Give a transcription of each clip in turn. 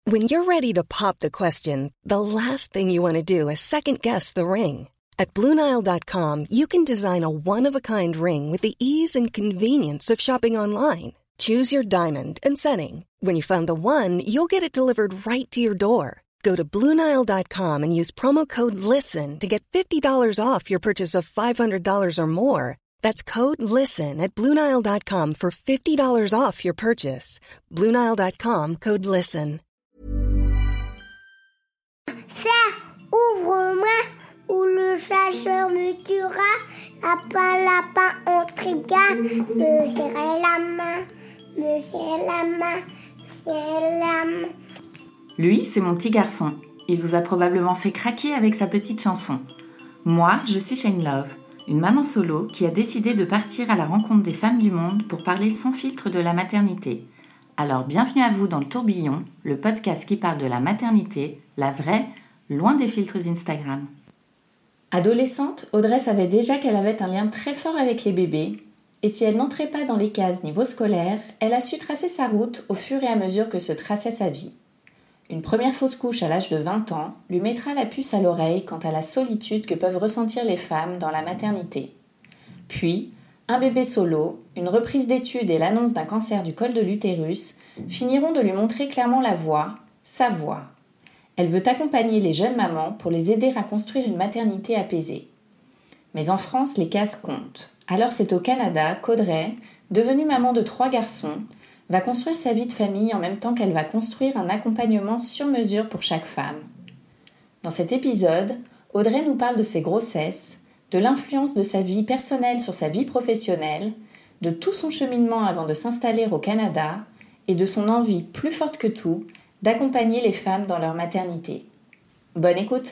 When you're ready to pop the question, the last thing you want to do is second-guess the ring. At BlueNile.com, you can design a one-of-a-kind ring with the ease and convenience of shopping online. Choose your diamond and setting. When you find the one, you'll get it delivered right to your door. Go to BlueNile.com and use promo code LISTEN to get $50 off your purchase of $500 or more. That's code LISTEN at BlueNile.com for $50 off your purchase. BlueNile.com, code LISTEN. Serre, ouvre-moi, ou le chasseur me tuera. Lapin, lapin, on tripia. Me serrer la main, me serrer la main, me serrer la main. Lui, c'est mon petit garçon. Il vous a probablement fait craquer avec sa petite chanson. Moi, je suis Shane Love, une maman solo qui a décidé de partir à la rencontre des femmes du monde pour parler sans filtre de la maternité. Alors bienvenue à vous dans le Tourbillon, le podcast qui parle de la maternité, la vraie, loin des filtres Instagram. Adolescente, Audrey savait déjà qu'elle avait un lien très fort avec les bébés, et si elle n'entrait pas dans les cases niveau scolaire, elle a su tracer sa route au fur et à mesure que se traçait sa vie. Une première fausse couche à l'âge de 20 ans lui mettra la puce à l'oreille quant à la solitude que peuvent ressentir les femmes dans la maternité. Puis, un bébé solo, une reprise d'études et l'annonce d'un cancer du col de l'utérus finiront de lui montrer clairement la voie, sa voie. Elle veut accompagner les jeunes mamans pour les aider à construire une maternité apaisée. Mais en France, les cases comptent. Alors c'est au Canada qu'Audrey, devenue maman de 3 garçons, va construire sa vie de famille en même temps qu'elle va construire un accompagnement sur mesure pour chaque femme. Dans cet épisode, Audrey nous parle de ses grossesses, de l'influence de sa vie personnelle sur sa vie professionnelle, de tout son cheminement avant de s'installer au Canada et de son envie plus forte que tout d'accompagner les femmes dans leur maternité. Bonne écoute!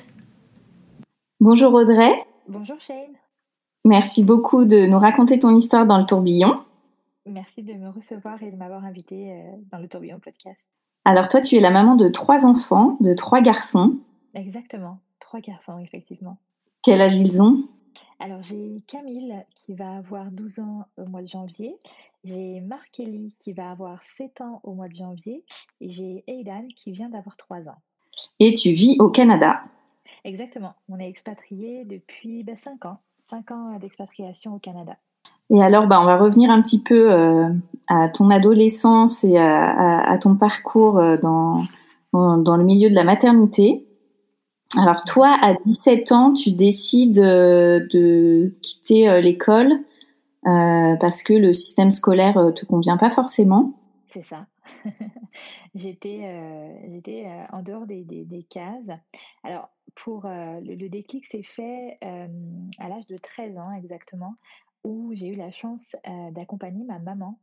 Bonjour Audrey. Bonjour Shane. Merci beaucoup de nous raconter ton histoire dans le tourbillon. Merci de me recevoir et de m'avoir invitée dans le Tourbillon Podcast. Alors toi, tu es la maman de 3 enfants, de 3 garçons. Exactement, 3 garçons effectivement. Quel âge ils ont ? Alors j'ai Camille qui va avoir 12 ans au mois de janvier, j'ai Mark-Ellie qui va avoir 7 ans au mois de janvier et j'ai Aidan qui vient d'avoir 3 ans. Et tu vis au Canada ? Exactement, on est expatriés depuis 5 ans, 5 ans d'expatriation au Canada. Et alors, on va revenir un petit peu à ton adolescence et à ton parcours dans le milieu de la maternité. Alors toi, à 17 ans, tu décides de quitter l'école parce que le système scolaire te convient pas forcément. C'est ça. J'étais en dehors des cases. Alors, pour le déclic s'est fait à l'âge de 13 ans exactement, où j'ai eu la chance d'accompagner ma maman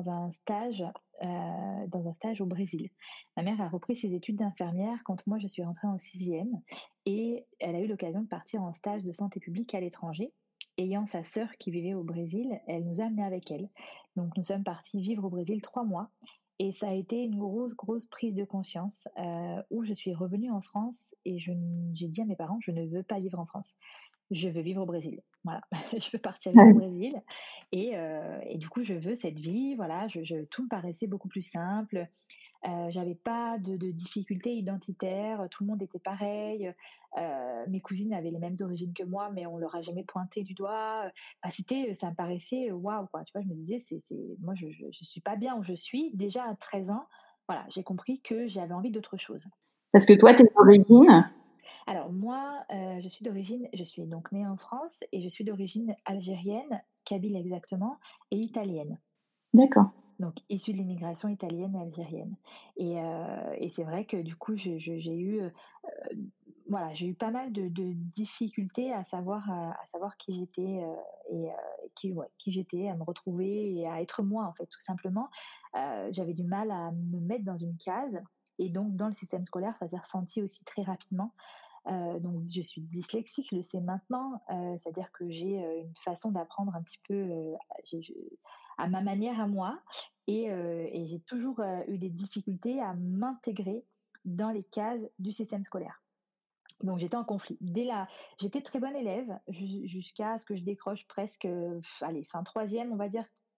dans un stage au Brésil. Ma mère a repris ses études d'infirmière quand moi je suis rentrée en 6e et elle a eu l'occasion de partir en stage de santé publique à l'étranger. Ayant sa sœur qui vivait au Brésil, elle nous a amenés avec elle. Donc nous sommes partis vivre au Brésil 3 mois. Et ça a été une grosse prise de conscience où je suis revenue en France et j'ai dit à mes parents, je ne veux pas vivre en France. Je veux vivre au Brésil. Voilà, je veux partir vivre au Brésil. Et du coup, je veux cette vie. Voilà, tout me paraissait beaucoup plus simple. J'avais pas de difficultés identitaires. Tout le monde était pareil. Mes cousines avaient les mêmes origines que moi, mais on leur a jamais pointé du doigt. Ça me paraissait waouh, quoi. Tu vois, je me disais, moi, je suis pas bien où je suis. Déjà à 13 ans, voilà, j'ai compris que j'avais envie d'autre chose. Parce que toi, t'es d'origine ? Alors moi, je suis donc née en France et je suis d'origine algérienne, kabyle exactement, et italienne. D'accord. Donc issue de l'immigration italienne et algérienne. Et c'est vrai que du coup, j'ai eu, j'ai eu pas mal de difficultés à savoir qui j'étais qui j'étais, à me retrouver et à être moi en fait, tout simplement. J'avais du mal à me mettre dans une case. Et donc, dans le système scolaire, ça s'est ressenti aussi très rapidement. Donc je suis dyslexique, je le sais maintenant, c'est-à-dire que j'ai une façon d'apprendre un petit peu à ma manière à moi et j'ai toujours eu des difficultés à m'intégrer dans les cases du système scolaire. Donc j'étais en conflit. J'étais très bonne élève jusqu'à ce que je décroche presque, fin troisième, on va dire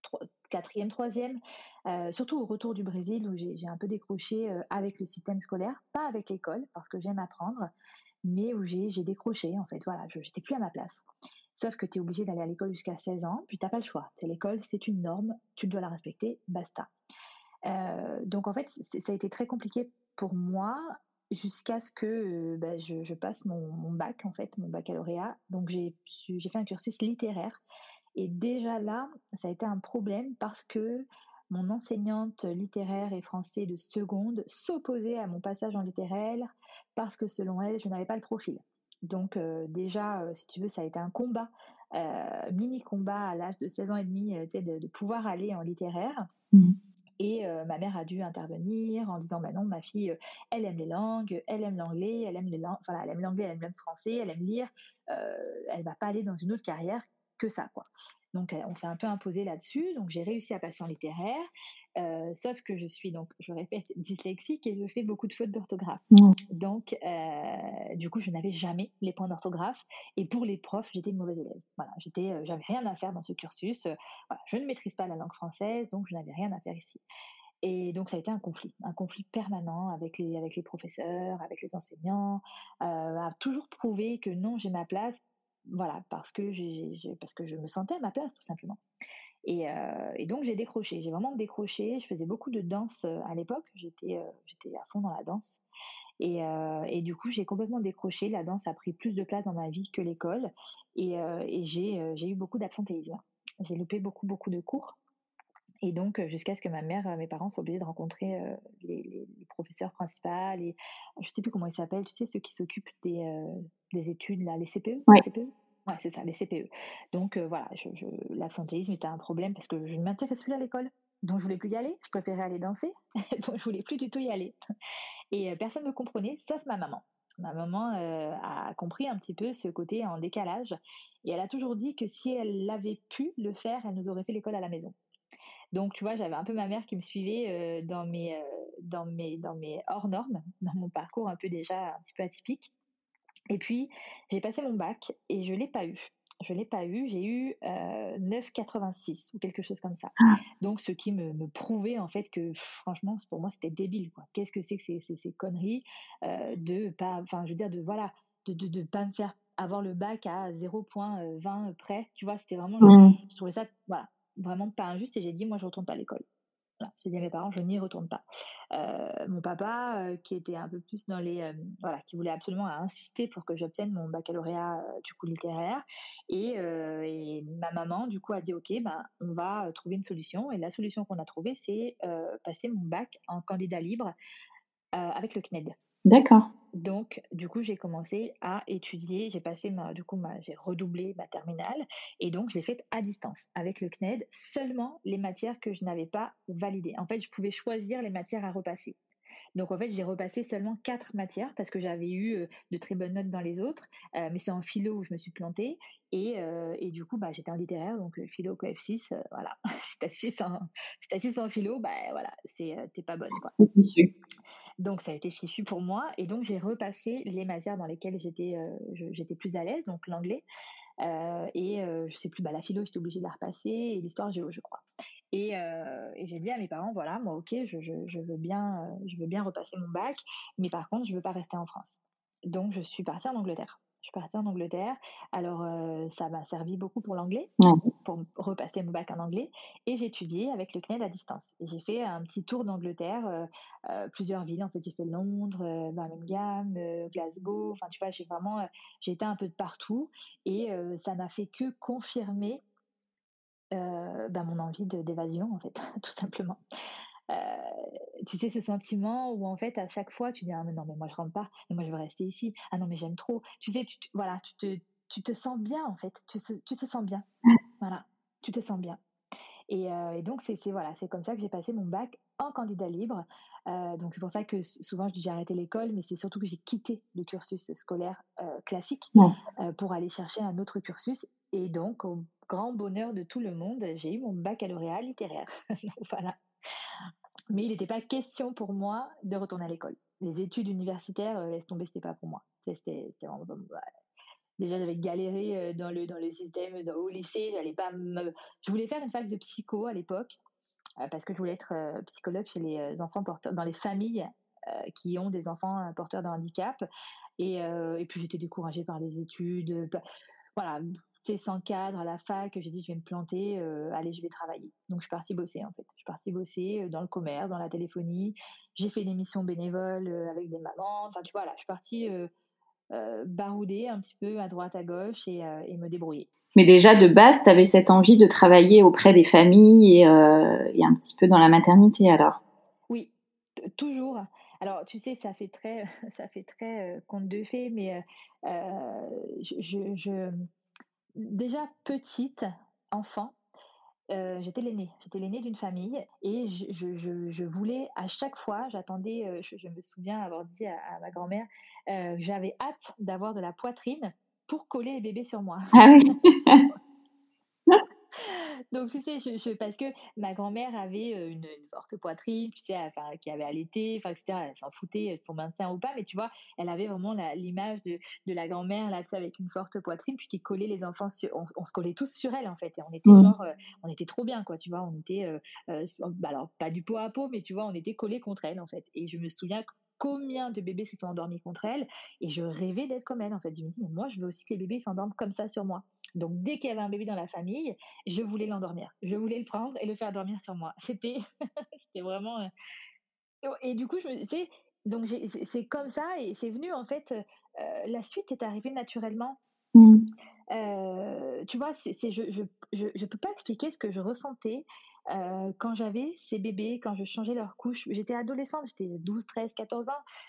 quatrième, troisième, surtout au retour du Brésil où j'ai un peu décroché avec le système scolaire, pas avec l'école parce que j'aime apprendre, mais où j'ai décroché en fait. Voilà, je n'étais plus à ma place. Sauf que tu es obligé d'aller à l'école jusqu'à 16 ans, puis tu n'as pas le choix. C'est l'école, c'est une norme, tu dois la respecter, basta. Donc en fait, ça a été très compliqué pour moi jusqu'à ce que je passe mon bac, en fait, mon baccalauréat. Donc j'ai fait un cursus littéraire. Et déjà là, ça a été un problème parce que mon enseignante littéraire et français de seconde s'opposait à mon passage en littéraire parce que selon elle, je n'avais pas le profil. Donc déjà, si tu veux, ça a été un combat, mini combat à l'âge de 16 ans et demi, tu sais, de pouvoir aller en littéraire. Mmh. Et ma mère a dû intervenir en disant: «Bah non, ma fille, elle aime les langues, elle aime l'anglais, elle aime les langues, enfin, elle aime l'anglais, elle aime le français, elle aime lire, elle va pas aller dans une autre carrière que ça, quoi». Donc on s'est un peu imposé là-dessus, donc j'ai réussi à passer en littéraire, sauf que je suis donc, je répète, dyslexique et je fais beaucoup de fautes d'orthographe. Mmh. Donc du coup, je n'avais jamais les points d'orthographe et pour les profs, j'étais une mauvaise élève. Voilà, j'avais rien à faire dans ce cursus, voilà, je ne maîtrise pas la langue française, donc je n'avais rien à faire ici. Et donc ça a été un conflit permanent avec les professeurs, avec les enseignants, à toujours prouver que non, j'ai ma place, voilà, parce que je me sentais à ma place tout simplement. Et donc j'ai décroché, j'ai vraiment décroché. Je faisais beaucoup de danse à l'époque, j'étais à fond dans la danse. Et du coup, j'ai complètement décroché. La danse a pris plus de place dans ma vie que l'école. Et j'ai eu beaucoup d'absentéisme. J'ai loupé beaucoup, beaucoup de cours. Et donc, jusqu'à ce que mes parents soient obligés de rencontrer les professeurs principaux. Et je sais plus comment ils s'appellent, tu sais, ceux qui s'occupent des études, là, les CPE, Ouais. CPE. Ouais, c'est ça, les CPE. Donc voilà, l'absentéisme était un problème parce que je ne m'intéresse plus à l'école. Donc je voulais plus y aller, je préférais aller danser, donc je voulais plus du tout y aller. Et personne ne me comprenait, sauf ma maman. Ma maman a compris un petit peu ce côté en décalage et elle a toujours dit que si elle avait pu le faire, elle nous aurait fait l'école à la maison. Donc, tu vois, j'avais un peu ma mère qui me suivait dans mes hors normes, dans mon parcours un peu déjà un petit peu atypique. Et puis, j'ai passé mon bac et je l'ai pas eu. Je l'ai pas eu, j'ai eu 9,86 ou quelque chose comme ça. Ah. Donc, ce qui me prouvait en fait que franchement, pour moi, c'était débile, quoi. Qu'est-ce que c'est que ces conneries de pas, enfin, je veux dire, de voilà, de pas me faire avoir le bac à 0,20 près. Tu vois, c'était vraiment, Mmh. je trouvais ça, voilà, vraiment pas injuste et j'ai dit, moi, je retourne pas à l'école. Voilà, j'ai dit à mes parents: «Je n'y retourne pas». Mon papa, qui était un peu plus dans voilà, qui voulait absolument insister pour que j'obtienne mon baccalauréat, du coup littéraire et ma maman du coup a dit: «OK, ben, on va, trouver une solution» et la solution qu'on a trouvée, c'est, passer mon bac en candidat libre, avec le CNED. D'accord. Donc, du coup, j'ai commencé à étudier. J'ai passé j'ai redoublé ma terminale et donc je l'ai faite à distance avec le CNED, seulement les matières que je n'avais pas validées. En fait, je pouvais choisir les matières à repasser. Donc, en fait, j'ai repassé seulement 4 matières parce que j'avais eu de très bonnes notes dans les autres, mais c'est en philo où je me suis plantée. Et du coup, bah, j'étais en littéraire, donc philo QF6, voilà. Si t'as 6 en philo, bah voilà, t'es pas bonne, quoi. C'est fichu. Donc ça a été fichu pour moi et donc j'ai repassé les matières dans lesquelles j'étais plus à l'aise, donc l'anglais, je sais plus, bah, la philo, j'étais obligée de la repasser et l'histoire géo, je crois. Et j'ai dit à mes parents: «Voilà, moi, OK, je veux bien repasser mon bac, mais par contre, je veux pas rester en France». Donc je suis partie en Angleterre. Je suis partie en Angleterre. Alors, ça m'a servi beaucoup pour l'anglais, Ouais. pour repasser mon bac en anglais et j'ai étudié avec le CNED à distance et j'ai fait un petit tour d'Angleterre, plusieurs villes. En fait, j'ai fait Londres, Birmingham, Glasgow, enfin, tu vois? J'ai été un peu de partout et ça n'a fait que confirmer, bah, mon envie d'évasion, en fait, tout simplement. Heu, Tu sais, ce sentiment où, en fait, à chaque fois, tu dis: «Ah mais non, mais moi je rentre pas, mais moi je veux rester ici. Ah non, mais j'aime trop». Tu sais, voilà, tu te sens bien, en fait, tu te sens bien. Voilà, tu te sens bien. Et donc voilà, c'est comme ça que j'ai passé mon bac en candidat libre. Donc c'est pour ça que souvent je dis: «J'ai arrêté l'école», mais c'est surtout que j'ai quitté le cursus scolaire, classique, Ouais. pour aller chercher un autre cursus et donc au grand bonheur de tout le monde, j'ai eu mon baccalauréat littéraire. Donc voilà. Mais il n'était pas question pour moi de retourner à l'école. Les études universitaires, laisse tomber, c'était pas pour moi. C'était vraiment pas, Déjà, j'avais galéré dans le système, au lycée. Je voulais faire une fac de psycho à l'époque parce que je voulais être psychologue chez les enfants porteurs, dans les familles qui ont des enfants porteurs de handicap. Et puis j'étais découragée par les études. Voilà, tu sais, sans cadre à la fac, j'ai dit: «Je vais me planter, allez, je vais travailler». Donc je suis partie bosser, en fait. Je suis partie bosser, dans le commerce, dans la téléphonie. J'ai fait des missions bénévoles, avec des mamans. Enfin, tu vois, là, je suis partie, barouder un petit peu à droite, à gauche et me débrouiller. Mais déjà, de base, tu avais cette envie de travailler auprès des familles et un petit peu dans la maternité, alors? Oui, toujours. Alors, tu sais, ça fait très ça fait très, conte de fées, mais je déjà petite, enfant, j'étais l'aînée. J'étais l'aînée d'une famille et je voulais à chaque fois, j'attendais, je me souviens avoir dit à ma grand-mère, que j'avais hâte d'avoir de la poitrine pour coller les bébés sur moi. Ah oui. Donc tu sais, parce que ma grand-mère avait, une forte poitrine, tu sais, enfin, qui avait allaité, enfin et cetera. Elle s'en foutait de son maintien ou pas, mais tu vois, elle avait vraiment l'image de la grand-mère là, tu sais, avec une forte poitrine, puis qui collait les enfants sur on se collait tous sur elle, en fait, et on était Mmh. genre, on était trop bien, quoi, tu vois? On était, bah, alors pas du pot à pot, mais tu vois, on était collés contre elle, en fait, et je me souviens combien de bébés se sont endormis contre elle, et je rêvais d'être comme elle, en fait. Je me dis: «Mais moi, je veux aussi que les bébés s'endorment comme ça sur moi». Donc dès qu'il y avait un bébé dans la famille, je voulais l'endormir. Je voulais le prendre et le faire dormir sur moi. C'était vraiment, et du coup, je me tu sais, donc c'est comme ça et c'est venu en fait, la suite est arrivée naturellement. Mmh. Tu vois, c'est je peux pas expliquer ce que je ressentais, quand j'avais ces bébés, quand je changeais leur couche. J'étais adolescente, j'étais 12, 13, 14 ans,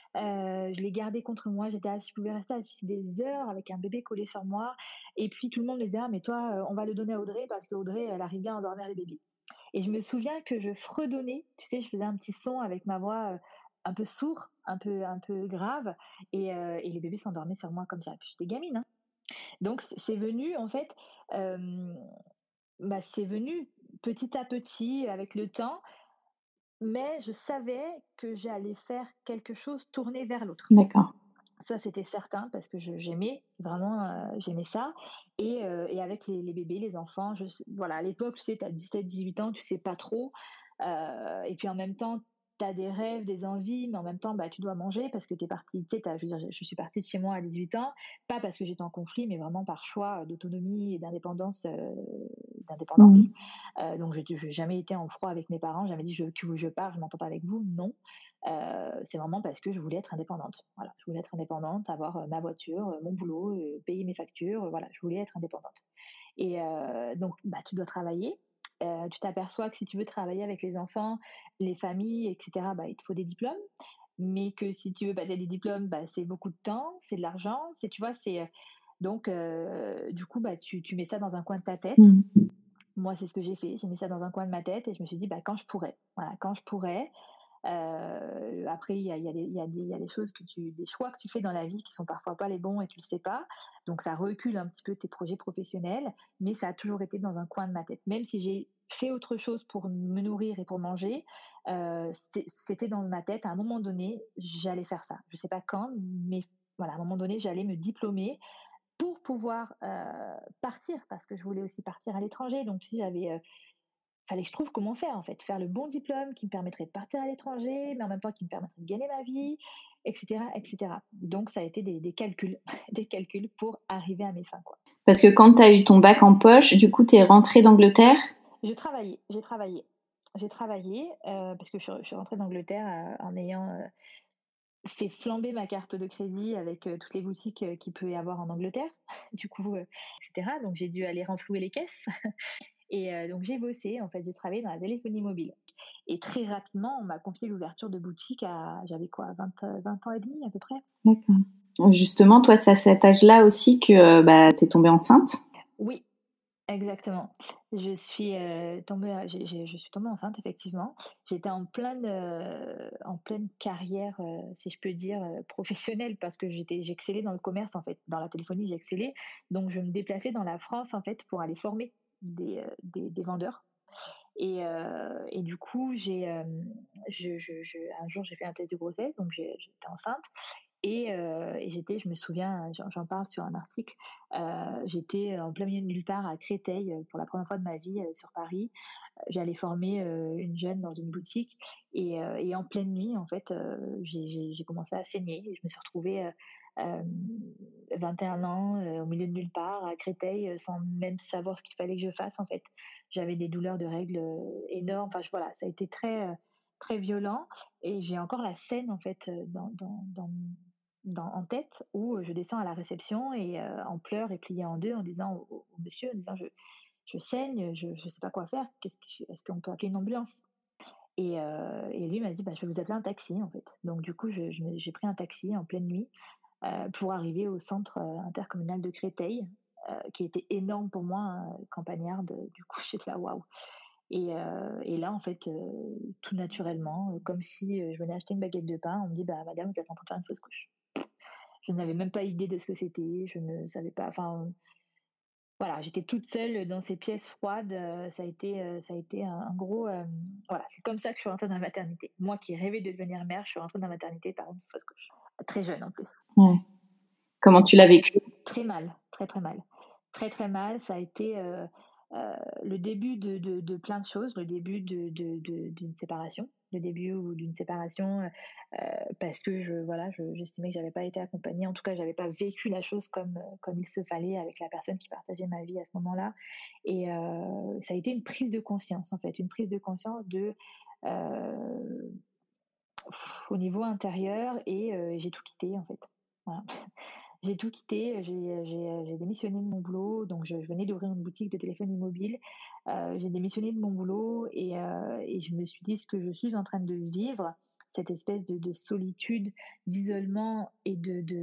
je les gardais contre moi, je pouvais rester assise des heures avec un bébé collé sur moi et puis tout le monde me disait: «Ah mais toi, on va le donner à Audrey parce qu'Audrey, elle arrive bien à endormir les bébés». Et je me souviens que je fredonnais, tu sais, je faisais un petit son avec ma voix, un peu sourd, un peu grave et les bébés s'endormaient sur moi comme ça. Puis j'étais gamine, hein. Donc c'est venu en fait, hem, bah, c'est venu petit à petit avec le temps, mais je savais que j'allais faire quelque chose tourné vers l'autre. D'accord. Ça, c'était certain parce que j'aimais vraiment, j'aimais ça et avec les bébés, les enfants, voilà, à l'époque, tu sais, tu as 17-18 ans, tu sais pas trop, et puis en même temps, tu as des rêves, des envies, mais en même temps, bah, tu dois manger parce que tu es partie, tu sais, je veux dire, je suis partie de chez moi à 18 ans, pas parce que j'étais en conflit, mais vraiment par choix, d'autonomie et d'indépendance. Mmh. Donc j'ai jamais été en froid avec mes parents, jamais dit: «Que je pars, je m'entends pas avec vous», non. C'est vraiment parce que je voulais être indépendante. Voilà, je voulais être indépendante, avoir, ma voiture, mon boulot, payer mes factures, voilà, je voulais être indépendante et donc bah, tu dois travailler. Tu t'aperçois que si tu veux travailler avec les enfants, les familles et cetera, bah, il te faut des diplômes, mais que si tu veux passer des diplômes, bah, c'est beaucoup de temps, c'est de l'argent, tu vois? Donc du coup, bah, tu mets ça dans un coin de ta tête. Mmh. Moi, c'est ce que j'ai fait. J'ai mis ça dans un coin de ma tête et je me suis dit: «Bah, quand je pourrai». Voilà, quand je pourrai. Après, il y a des choses des choix que tu fais dans la vie qui sont parfois pas les bons et tu le sais pas. Donc ça recule un petit peu tes projets professionnels, mais ça a toujours été dans un coin de ma tête. Même si j'ai fait autre chose pour me nourrir et pour manger, c'était dans ma tête. À un moment donné, j'allais faire ça. Je sais pas quand, mais voilà, à un moment donné, j'allais me diplômer pour pouvoir partir, parce que je voulais aussi partir à l'étranger. Donc si j'avais fallait que je trouve comment faire en fait, faire le bon diplôme qui me permettrait de partir à l'étranger, mais en même temps qui me permettrait de gagner ma vie, et cetera, et cetera. Donc ça a été des calculs, des calculs pour arriver à mes fins, quoi. Parce que quand tu as eu ton bac en poche, du coup, tu es rentrée d'Angleterre? J'ai travaillé, parce que je suis rentrée d'Angleterre, en ayant, fait flamber ma carte de crédit avec, toutes les boutiques, qu'il peut y avoir en Angleterre. Du coup, et cetera. Donc j'ai dû aller renflouer les caisses et donc j'ai bossé, en fait, j'ai travaillé dans la téléphonie mobile. Et très rapidement, on m'a confié l'ouverture de boutique j'avais quoi, 20 ans et demi à peu près. D'accord. Justement, toi, c'est à cet âge-là aussi que bah, tu es tombée enceinte? Oui, exactement. Je suis tombée enceinte effectivement. J'étais en pleine carrière, si je peux dire, professionnelle parce que j'excellais dans le commerce en fait, dans la téléphonie j'excellais. Donc je me déplaçais dans la France en fait pour aller former des vendeurs. Et du coup, un jour j'ai fait un test de grossesse, donc j'étais enceinte. Et je me souviens, j'en parle sur un article, j'étais en plein milieu de nulle part à Créteil, pour la première fois de ma vie, sur Paris. J'allais former, une jeune dans une boutique et en pleine nuit, en fait, j'ai commencé à saigner et je me suis retrouvée, hem, 21 ans, au milieu de nulle part à Créteil, sans même savoir ce qu'il fallait que je fasse, en fait. J'avais des douleurs de règles, énormes. Enfin, voilà, ça a été très violent et j'ai encore la scène, en fait, en tête où je descends à la réception et en pleurs et pliée en 2 en disant au monsieur, en disant: Je saigne, je ne sais pas quoi faire, est-ce qu'on peut appeler une ambulance? Et lui m'a dit: «Bah, je vais vous appeler un taxi, en fait». Donc du coup, j'ai pris un taxi en pleine nuit, pour arriver au centre, intercommunal de Créteil, qui était énorme pour moi, hein, campagnarde, du coup, j'étais là: «Waouh!» Et là, en fait, tout naturellement, comme si, je venais acheter une baguette de pain, on me dit: «Bah, madame, vous êtes en train de faire une fausse couche». Je n'avais même pas idée de ce que c'était, je ne savais pas, enfin, voilà, j'étais toute seule dans ces pièces froides, ça a été un gros, voilà, c'est comme ça que je suis rentrée dans la maternité. Moi qui rêvais de devenir mère, je suis rentrée dans la maternité par une fausse couche. Très jeune en plus. Ouais. Comment tu l'as vécu? Très mal, très, très mal. Très, très mal, ça a été, le début de plein de choses, le début d'une séparation, le début d'une séparation, parce que j'estimais que j'avais pas été accompagnée. En tout cas, j'avais pas vécu la chose comme il se fallait avec la personne qui partageait ma vie à ce moment-là et ça a été une prise de conscience, en fait, une prise de conscience heu, au niveau intérieur et j'ai tout quitté, en fait. Voilà. J'ai tout quitté, j'ai démissionné de mon boulot, donc je venais d'ouvrir une boutique de téléphonie mobile. J'ai démissionné de mon boulot et je me suis dit: «Ce que je suis en train de vivre, cette espèce de solitude, d'isolement et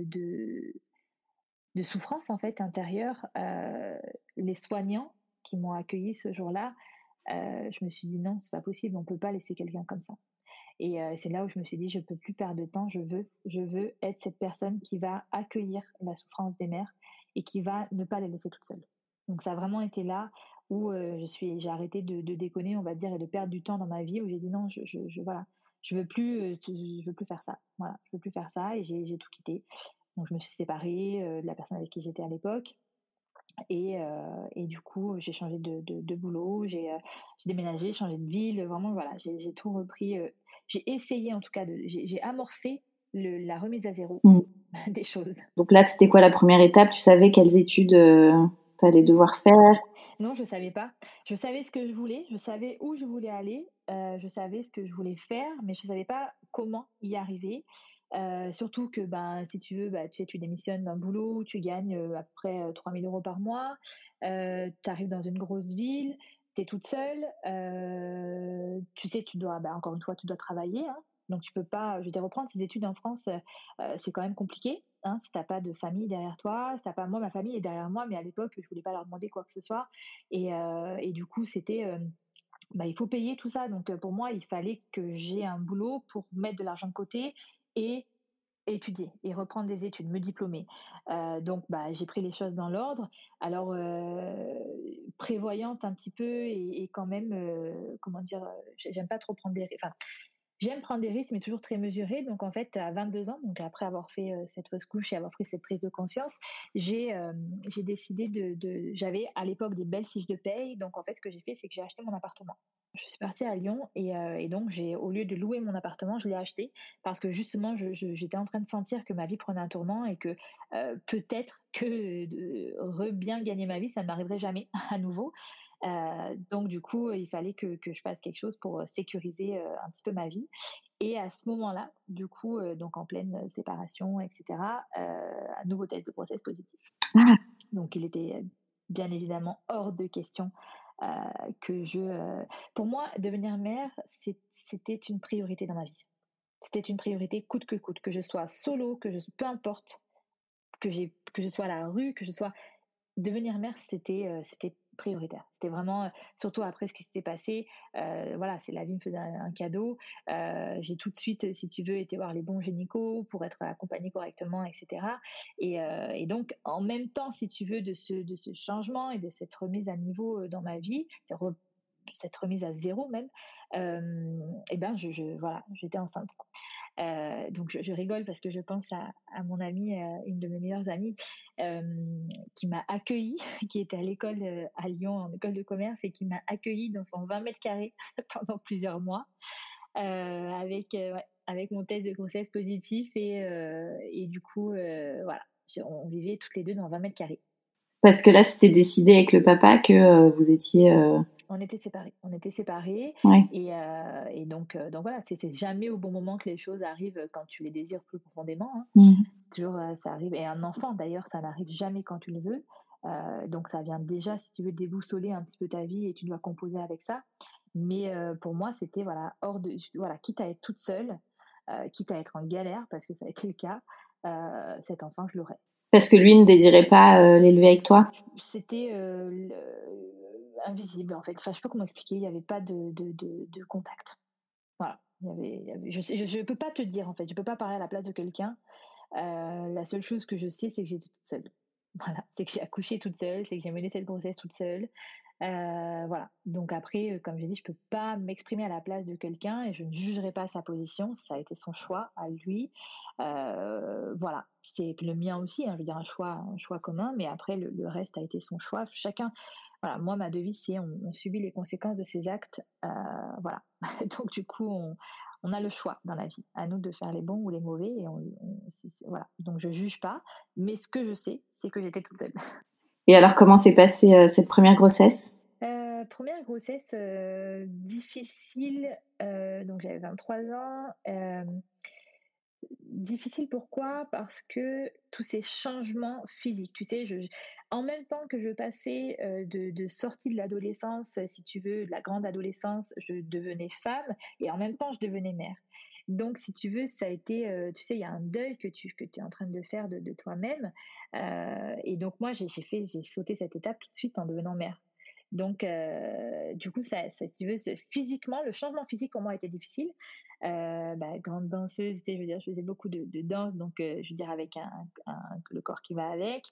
de souffrance, en fait, intérieure», les soignants qui m'ont accueillie ce jour-là, je me suis dit: «Non, c'est pas possible, on peut pas laisser quelqu'un comme ça». Et c'est là où je me suis dit: «Je peux plus perdre de temps, je veux être cette personne qui va accueillir la souffrance des mères et qui va ne pas les laisser toutes seules». Donc ça a vraiment été là où, j'ai arrêté de déconner, on va dire, et de perdre du temps dans ma vie, où j'ai dit: «Non, voilà, je veux plus faire ça. Voilà, je veux plus faire ça» et j'ai tout quitté. Donc je me suis séparée, de la personne avec qui j'étais à l'époque et du coup, j'ai changé de boulot, j'ai déménagé, changé de ville, vraiment voilà, j'ai tout repris, j'ai essayé en tout cas j'ai amorcé la remise à zéro Mmh. des choses. Donc là, c'était quoi la première étape? Tu savais quelles études, tu allais devoir faire? Non, je savais pas. Je savais ce que je voulais, je savais où je voulais aller, je savais ce que je voulais faire, mais je savais pas comment y arriver. Surtout que, ben, si tu veux, bah, tu sais, tu démissionnes d'un boulot, tu gagnes, à peu près, 3 000 € par mois, tu arrives dans une grosse ville, tu es toute seule, tu sais, tu dois, bah, encore une fois, tu dois travailler, hein, donc tu peux pas, je veux dire, reprendre ses études en France, c'est quand même compliqué, hein, si tu as pas de famille derrière toi, si tu pas moi, ma famille est derrière moi, mais à l'époque, je voulais pas leur demander quoi que ce soit et du coup, c'était, bah, il faut payer tout ça. Donc, pour moi, il fallait que j'ai un boulot pour mettre de l'argent de côté et étudier et reprendre des études, me diplômer. Donc, bah, j'ai pris les choses dans l'ordre. Alors, prévoyante un petit peu et quand même, comment dire? J'aime pas trop prendre des ri enfin, j'aime prendre des risques, mais toujours très mesurés. Donc, en fait, à 22 ans, donc après avoir fait cette fausse couche et avoir pris cette prise de conscience, j'ai décidé j'avais à l'époque des belles fiches de paye. Donc, en fait, ce que j'ai fait, c'est que j'ai acheté mon appartement. Je suis partie à Lyon et donc, au lieu de louer mon appartement, je l'ai acheté parce que justement, j'étais en train de sentir que ma vie prenait un tournant et que peut-être que de bien gagner ma vie, ça ne m'arriverait jamais à nouveau. Donc du coup, il fallait que je fasse quelque chose pour sécuriser un petit peu ma vie. Et à ce moment-là, du coup, donc en pleine séparation, etc., un nouveau test de grossesse positif. Ah! Donc il était bien évidemment hors de question que pour moi, devenir mère, c'était une priorité dans ma vie. C'était une priorité coûte que je sois solo, peu importe, que je sois à la rue, que je sois devenir mère, c'était prioritaire. C'était vraiment, surtout après ce qui s'était passé, voilà, c'est la vie me faisait un cadeau. J'ai tout de suite, si tu veux, été voir les bons gynécos pour être accompagnée correctement et cetera et donc en même temps, si tu veux, de ce changement et de cette remise à niveau, dans ma vie, cette remise à zéro même, et ben, voilà, j'étais enceinte. Donc je rigole parce que je pense à mon amie, une de mes meilleures amies, qui m'a accueillie, qui était à l'école à Lyon, en école de commerce, et qui m'a accueillie dans son 20 mètres carrés pendant plusieurs mois, avec mon test de grossesse positif, et du coup, voilà, on vivait toutes les deux dans 20 mètres carrés. Parce que là, c'était décidé avec le papa que vous étiez. On était séparés, Ouais. et donc voilà, c'est jamais au bon moment que les choses arrivent quand tu les désires plus profondément, hein. Mhm. Toujours, ça arrive, et un enfant d'ailleurs, ça n'arrive jamais quand tu le veux. Donc ça vient déjà, si tu veux, déboussoler un petit peu ta vie, et tu dois composer avec ça. Mais pour moi, c'était voilà, voilà, quitte à être toute seule, quitte à être en galère, parce que ça a été le cas, cet enfant, je l'aurais. Parce que lui ne désirait pas l'élever avec toi. C'était invisible en fait. Enfin, je sais pas comment expliquer. Il n'y avait pas de contact. Voilà. Je peux pas te dire en fait. Je peux pas parler à la place de quelqu'un. La seule chose que je sais, c'est que j'étais toute seule. Voilà. C'est que j'ai accouché toute seule. C'est que j'ai mené cette grossesse toute seule. Voilà. Donc après, comme je dis, je peux pas m'exprimer à la place de quelqu'un, et je ne jugerai pas sa position. Ça a été son choix à lui. Voilà. C'est le mien aussi, hein, je veux dire, un choix commun, mais après, le reste a été son choix. Chacun, voilà. Moi, ma devise, c'est on subit les conséquences de ses actes. Voilà. Donc du coup, on a le choix dans la vie. À nous de faire les bons ou les mauvais, et voilà. Donc je juge pas, mais ce que je sais, c'est que j'étais toute seule. Et alors, comment s'est passée cette première grossesse? Première grossesse difficile, donc j'avais 23 ans. Difficile pourquoi? Parce que tous ces changements physiques, tu sais, en même temps que je passais de sortie de l'adolescence, si tu veux, de la grande adolescence, je devenais femme, et en même temps, je devenais mère. Donc, si tu veux, ça a été, tu sais, il y a un deuil que tu es en train de faire de toi-même. Et donc, moi, j'ai sauté cette étape tout de suite en devenant mère. Donc, du coup, si tu veux, physiquement, le changement physique pour moi a été difficile. Grande danseuse, tu sais, je veux dire, je faisais beaucoup de danse, donc je veux dire, avec le corps qui va avec,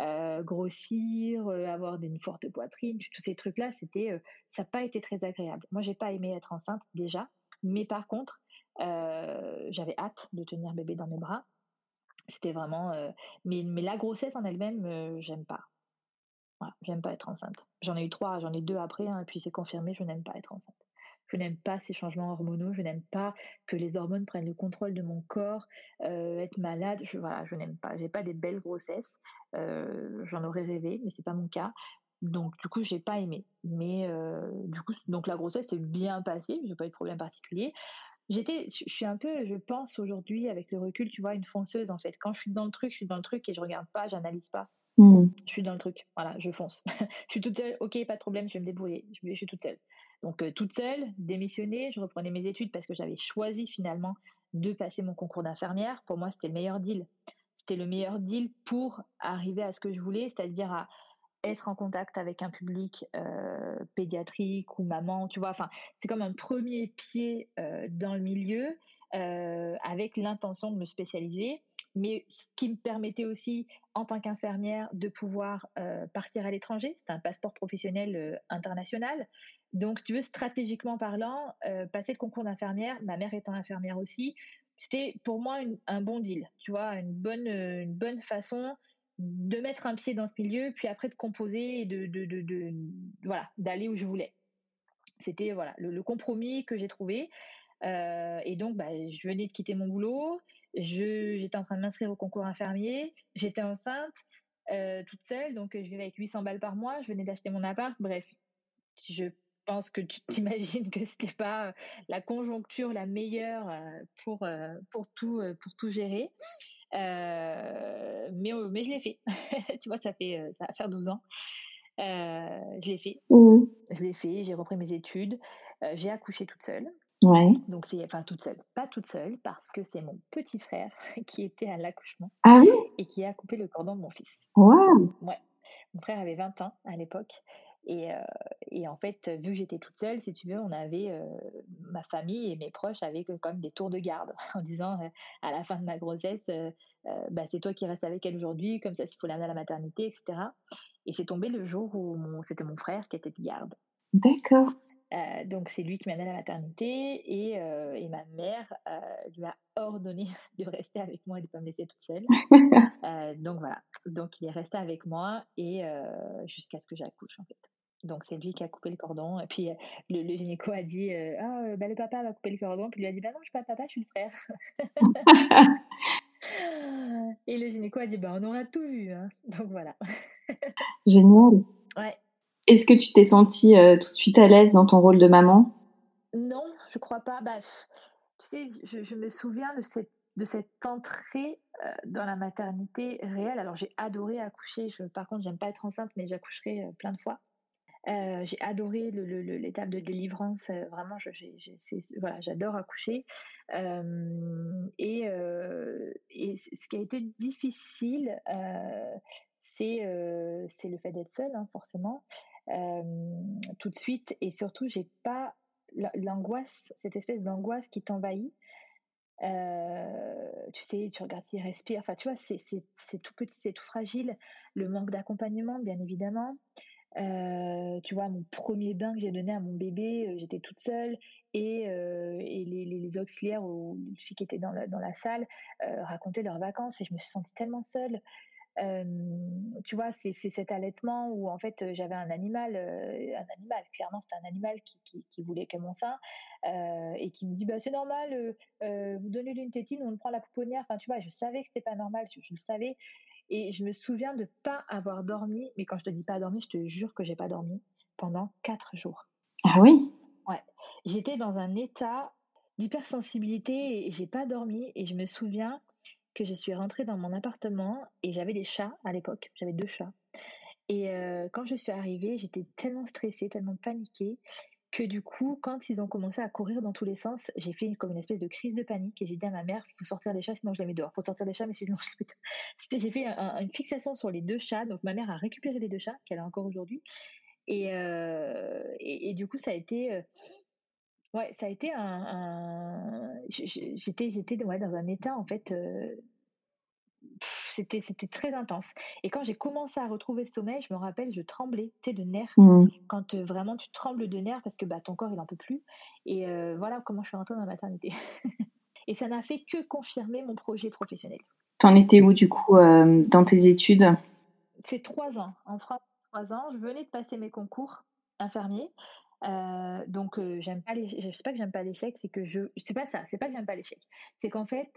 grossir, avoir une forte poitrine, tous ces trucs-là, ça n'a pas été très agréable. Moi, j'ai pas aimé être enceinte déjà, mais par contre, j'avais hâte de tenir bébé dans mes bras. C'était vraiment, mais la grossesse en elle-même, j'aime pas. Voilà, j'aime pas être enceinte. J'en ai eu 3, j'en ai 2 après, hein, et puis c'est confirmé, je n'aime pas être enceinte. Je n'aime pas ces changements hormonaux, je n'aime pas que les hormones prennent le contrôle de mon corps, être malade, voilà, je n'aime pas. J'ai pas des belles grossesses, j'en aurais rêvé, mais c'est pas mon cas. Donc du coup, j'ai pas aimé. Mais du coup, donc la grossesse s'est bien passée, j'ai pas eu de problème particulier. Je suis un peu, je pense aujourd'hui avec le recul, tu vois, une fonceuse en fait. Quand je suis dans le truc, je suis dans le truc, et je regarde pas, j'analyse pas. Je suis dans le truc, voilà, je fonce. Je suis toute seule, ok, pas de problème, je vais me débrouiller. Je suis toute seule. Donc toute seule, démissionnée, je reprenais mes études parce que j'avais choisi finalement de passer mon concours d'infirmière. Pour moi, c'était le meilleur deal. C'était le meilleur deal pour arriver à ce que je voulais, c'est-à-dire à être en contact avec un public pédiatrique ou maman, tu vois. Enfin, c'est comme un premier pied dans le milieu, avec l'intention de me spécialiser, mais ce qui me permettait aussi, en tant qu'infirmière, de pouvoir partir à l'étranger. C'était un passeport professionnel international. Donc, si tu veux, stratégiquement parlant, passer le concours d'infirmière, ma mère étant infirmière aussi, c'était pour moi un bon deal, tu vois, une bonne façon de mettre un pied dans ce milieu, puis après de composer et voilà, d'aller où je voulais. C'était voilà le compromis que j'ai trouvé. Et donc, je venais de quitter mon boulot, j'étais en train de m'inscrire au concours infirmier, j'étais enceinte, toute seule, donc je vivais avec 800 balles par mois, je venais d'acheter mon appart, bref, je pense que tu t'imagines que c'était pas la conjoncture la meilleure pour tout gérer. Mais je l'ai fait. Tu vois, ça va faire 12 ans. Je l'ai fait. Je l'ai fait, j'ai repris mes études, j'ai accouché toute seule. Ouais. Donc enfin toute seule, pas toute seule, parce que c'est mon petit frère qui était à l'accouchement Ah oui? et qui a coupé le cordon de mon fils. Waouh! Ouais. Mon frère avait 20 ans à l'époque, et en fait, vu que j'étais toute seule, si tu veux, on avait, ma famille et mes proches avaient comme des tours de garde en disant, à la fin de ma grossesse, «C'est toi qui restes avec elle aujourd'hui, comme ça, s'il faut l'amener à la maternité», et cetera. Et c'est tombé le jour où c'était mon frère qui était de garde. D'accord. Donc c'est lui qui m'a amenée à la maternité et ma mère, lui a ordonné de rester avec moi et de pas me laisser toute seule. Donc voilà, donc il est resté avec moi et jusqu'à ce que j'accouche, en fait. Donc c'est lui qui a coupé le cordon et puis, le gynéco a dit, «Ah, bah, le papa va couper le cordon», puis lui a dit: «Bah non, je suis pas le papa, je suis le frère». Et le gynéco a dit: «Bah, on aura tout vu, hein». Donc voilà. Génial. Ouais. Est-ce que tu t'es sentie, tout de suite à l'aise dans ton rôle de maman? Non, je crois pas. Bah, tu sais, je me souviens de cette entrée, dans la maternité réelle. Alors j'ai adoré accoucher, par contre, j'aime pas être enceinte, mais j'accoucherai, plein de fois. J'ai adoré l'étape de délivrance, vraiment j'ai voilà, j'adore accoucher. Et ce qui a été difficile, c'est le fait d'être seule, hein, forcément, tout de suite et surtout j'ai pas l'angoisse, cette espèce d'angoisse qui t'envahit. Tu sais, tu regardes s'il respire, enfin, tu vois, c'est tout petit, c'est tout fragile. Le manque d'accompagnement, bien évidemment. Tu vois, mon premier bain que j'ai donné à mon bébé, j'étais toute seule et les auxiliaires ou les filles qui étaient dans la salle, racontaient leurs vacances et je me suis sentie tellement seule. Tu vois, c'est cet allaitement où en fait, j'avais un animal, clairement c'était un animal qui voulait que mon sein, et qui me dit: «Bah, c'est normal, vous donnez-lui une tétine, on prend la pouponnière». Enfin, tu vois? Je savais que c'était pas normal, je le savais et je me souviens de pas avoir dormi, mais quand je te dis pas dormi, je te jure que j'ai pas dormi pendant 4 jours. Ah oui? Ouais. J'étais dans un état d'hypersensibilité et j'ai pas dormi et je me souviens que je suis rentrée dans mon appartement et j'avais des chats à l'époque, j'avais 2 chats et quand je suis arrivée, j'étais tellement stressée, tellement paniquée que du coup, quand ils ont commencé à courir dans tous les sens, j'ai fait comme une espèce de crise de panique et j'ai dit à ma mère: «Faut sortir les chats sinon je les mets dehors. Faut sortir les chats mais sinon je les mets dehors». J'ai fait une fixation sur les 2 chats, donc ma mère a récupéré les 2 chats qu'elle a encore aujourd'hui et du coup ça a été, ouais, ça a été j'étais ouais, dans un état en fait, c'était très intense et quand j'ai commencé à retrouver le sommeil, je me rappelle, je tremblais, tu sais, de nerfs. Mmh. Quand, vraiment tu trembles de nerfs parce que, bah, ton corps il en peut plus et voilà comment je suis rentrée dans la maternité et ça n'a fait que confirmer mon projet professionnel. Tu en étais où du coup, dans tes études? C'est 3 ans, en France, 3 ans, je venais de passer mes concours infirmiers, donc j'aime pas les c'est pas que j'aime pas l'échec, c'est que c'est pas ça, c'est pas que j'aime pas l'échec. C'est qu'en fait,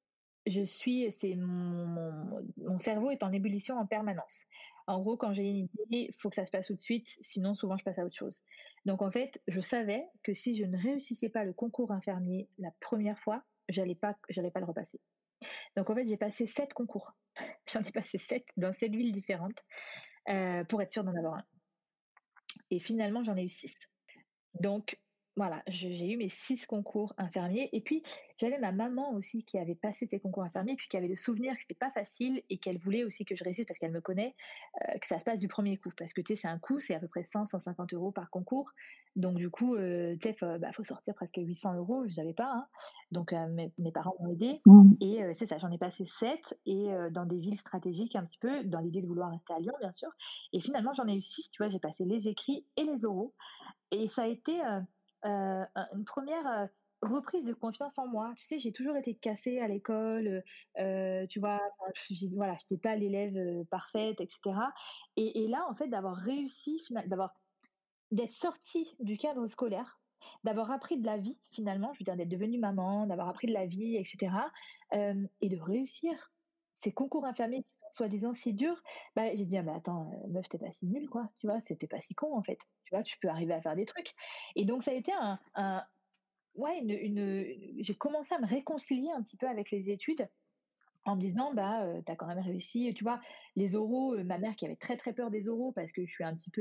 c'est mon cerveau est en ébullition en permanence. En gros, quand j'ai une idée, il faut que ça se passe tout de suite, sinon souvent je passe à autre chose. Donc en fait, je savais que si je ne réussissais pas le concours infirmier la première fois, j'allais pas le repasser. Donc en fait, j'ai passé 7 concours. J'en ai passé 7 dans 7 villes différentes, pour être sûre d'en avoir un et finalement j'en ai eu 6. Donc voilà, j'ai eu mes 6 concours infirmiers et puis j'avais ma maman aussi qui avait passé ses concours infirmiers, puis qui avait le souvenir que c'était pas facile et qu'elle voulait aussi que je réussisse parce qu'elle me connaît, que ça se passe du premier coup. Parce que tu sais, c'est un coût, c'est à peu près 100-150 € par concours. Donc du coup, tu sais, faut sortir presque 800 €, je n'avais pas, hein. Donc mes parents m'ont aidée Mmh. et c'est ça, j'en ai passé 7 et dans des villes stratégiques un petit peu, dans l'idée de vouloir rester à Lyon, bien sûr et finalement j'en ai eu 6. Tu vois? J'ai passé les écrits et les oraux et ça a été, une première reprise de confiance en moi. Tu sais, j'ai toujours été cassée à l'école, tu vois? Enfin, voilà, j'étais pas l'élève, parfaite et cetera et là, en fait, d'avoir réussi d'être sortie du cadre scolaire, d'avoir appris de la vie finalement, je veux dire d'être devenue maman, d'avoir appris de la vie et cetera, et de réussir ces concours infirmiers qui sont soi-disant si durs, bah, j'ai dit: «Ah mais attends, meuf, tu pas si nulle quoi», tu vois? C'était pas si con en fait, tu vois? Tu peux arriver à faire des trucs et donc ça a été un ouais, j'ai commencé à me réconcilier un petit peu avec les études en me disant: «Bah, tu quand même réussi», tu vois? Les oraux, ma mère qui avait très, très peur des oraux parce que je suis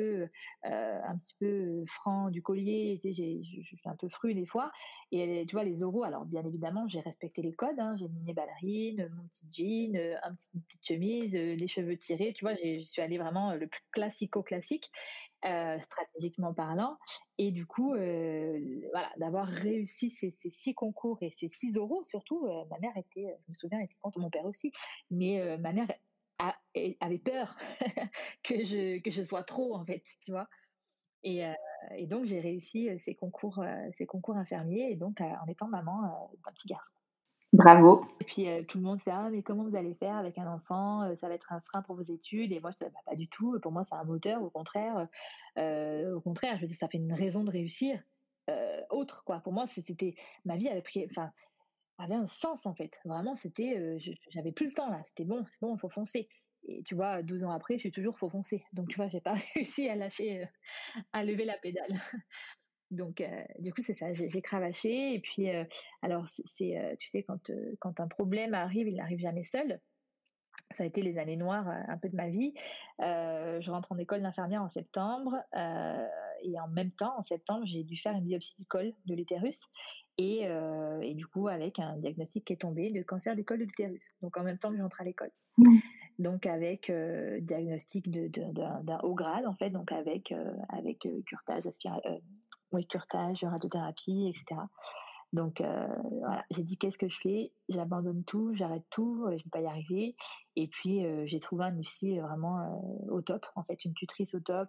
un petit peu, franc du collier, tu sais, je suis un peu fru des fois et tu vois, les oraux, alors bien évidemment, j'ai respecté les codes, hein, j'ai mis mes ballerines, mon petit jean, une petite chemise, les cheveux tirés, tu vois? Je suis allée vraiment, le plus classico-classique, stratégiquement parlant et du coup, voilà, d'avoir réussi ces 6 concours et ces 6 oraux surtout, ma mère était, je me souviens, était contente, mon père aussi, mais ma mère avait peur que je sois trop, en fait, tu vois? Et, euh, et donc, j'ai réussi ces concours infirmiers, et donc en étant maman d'un petit garçon. Bravo. Et puis tout le monde sait: «Ah mais comment vous allez faire avec un enfant? Ça va être un frein pour vos études», et moi je disais: «Bah, pas du tout, pour moi c'est un moteur, au contraire, je veux dire ça fait une raison de réussir, autre quoi». Pour moi c'était ma vie avait pris enfin, avait un sens en fait. Vraiment c'était, j'avais plus le temps là, c'était bon, c'est bon, il faut foncer. Et tu vois, 12 ans après, je suis toujours faut foncer. Donc tu vois, j'ai pas réussi à lâcher, à lever la pédale. Donc, du coup, c'est ça, j'ai cravaché, et puis, alors tu sais quand un problème arrive, il n'arrive jamais seul. Ça a été les années noires, un peu de ma vie. Je rentre en école d'infirmière en septembre, et en même temps, en septembre, j'ai dû faire une biopsie du col de l'utérus, et du coup avec un diagnostic qui est tombé de cancer du col de l'utérus. Donc en même temps que j'entre à l'école. Mmh. Donc avec, diagnostic d'un haut grade en fait, donc avec, curetage, oui, curetage, radiothérapie, et cetera. Donc voilà, j'ai dit: «Qu'est-ce que je fais? J'abandonne tout, j'arrête tout, je vais pas y arriver». Et puis, j'ai trouvé un UCI vraiment, au top, en fait, une tutrice au top,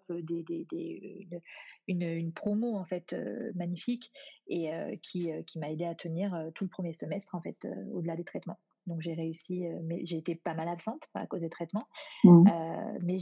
une promo, en fait, magnifique, et qui m'a aidée à tenir, tout le premier semestre, en fait, au-delà des traitements. Donc j'ai réussi, mais j'ai été pas mal absente à cause des traitements, Mmh. mais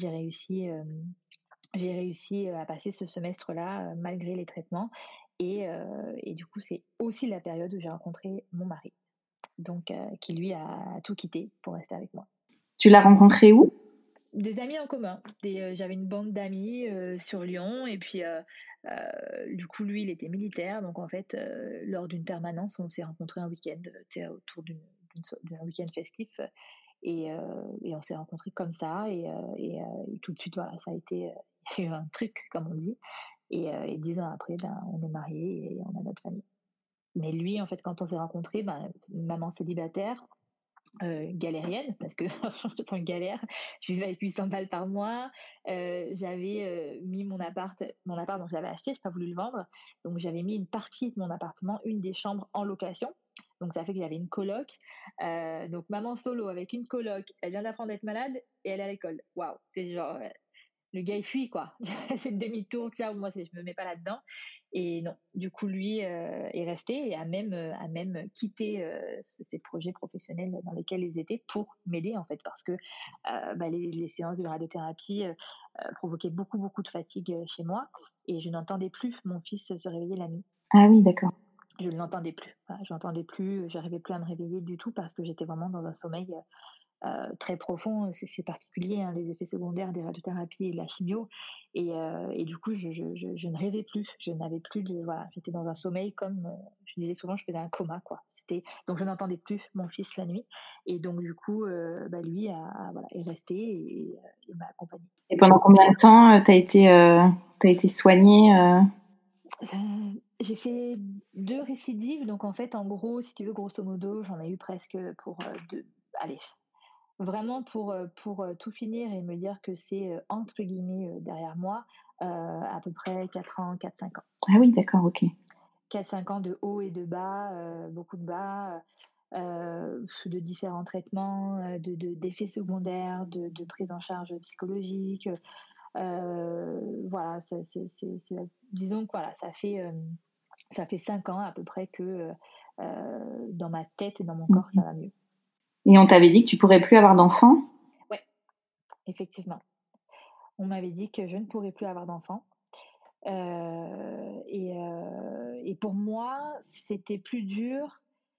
j'ai réussi, à passer ce semestre-là, malgré les traitements, et du coup, c'est aussi la période où j'ai rencontré mon mari, donc qui lui a tout quitté pour rester avec moi. Tu l'as rencontré où? Des amis en commun, j'avais une bande d'amis, sur Lyon, et puis, du coup, lui, il était militaire, donc en fait, lors d'une permanence, on s'est rencontrés un week-end, tu sais, autour d'un week-end festif, et on s'est rencontrés comme ça, et tout de suite, voilà, ça a été, il y a eu un truc, comme on dit. Et 10 ans après, ben, on est mariés et on a notre famille. Mais lui, en fait, quand on s'est rencontrés, ben, maman célibataire, galérienne, parce que j'étais en galère. Je vivais avec 800 balles par mois. J'avais mis mon appart, donc je l'avais acheté, j'ai pas voulu le vendre. Donc j'avais mis une partie de mon appartement, une des chambres en location. Donc ça fait que j'avais une coloc. Donc maman solo avec une coloc, elle vient d'apprendre à être malade et elle est à l'école. Waouh, c'est genre, le gars il fuit quoi. C'est le demi-tour, ciao, moi je me mets pas là-dedans. Et non, du coup lui est resté et a même quitté ces projets professionnels dans lesquels ils étaient pour m'aider en fait, parce que bah, les séances de radiothérapie provoquaient beaucoup beaucoup de fatigue chez moi, et je n'entendais plus mon fils se réveiller la nuit. Ah oui, d'accord. Je ne l'entendais plus. Voilà, je n'entendais plus, j'arrivais plus à me réveiller du tout parce que j'étais vraiment dans un sommeil très profond. C'est particulier, hein, les effets secondaires des radiothérapies et de la chimio. Et du coup, je ne rêvais plus. Je n'avais plus de. Voilà, j'étais dans un sommeil comme. Je disais souvent, je faisais un coma, quoi. Donc, je n'entendais plus mon fils la nuit. Et donc, du coup, bah, lui voilà, est resté et m'a accompagné. Et pendant combien de temps t'as été soignée J'ai fait 2 récidives. Donc, en fait, en gros, si tu veux, grosso modo, j'en ai eu presque pour allez, vraiment pour tout finir et me dire que c'est entre guillemets derrière moi, à peu près 4 ans, 4-5 ans. Ah oui, d'accord, OK. 4-5 ans de haut et de bas, beaucoup de bas, de différents traitements, d'effets secondaires, de prise en charge psychologique. Voilà, disons que voilà, ça fait 5 ans à peu près que dans ma tête et dans mon corps, ça va mieux. Et on t'avait dit que tu pourrais plus avoir d'enfants? Ouais, effectivement. On m'avait dit que je ne pourrais plus avoir d'enfants. Et pour moi, c'était plus dur,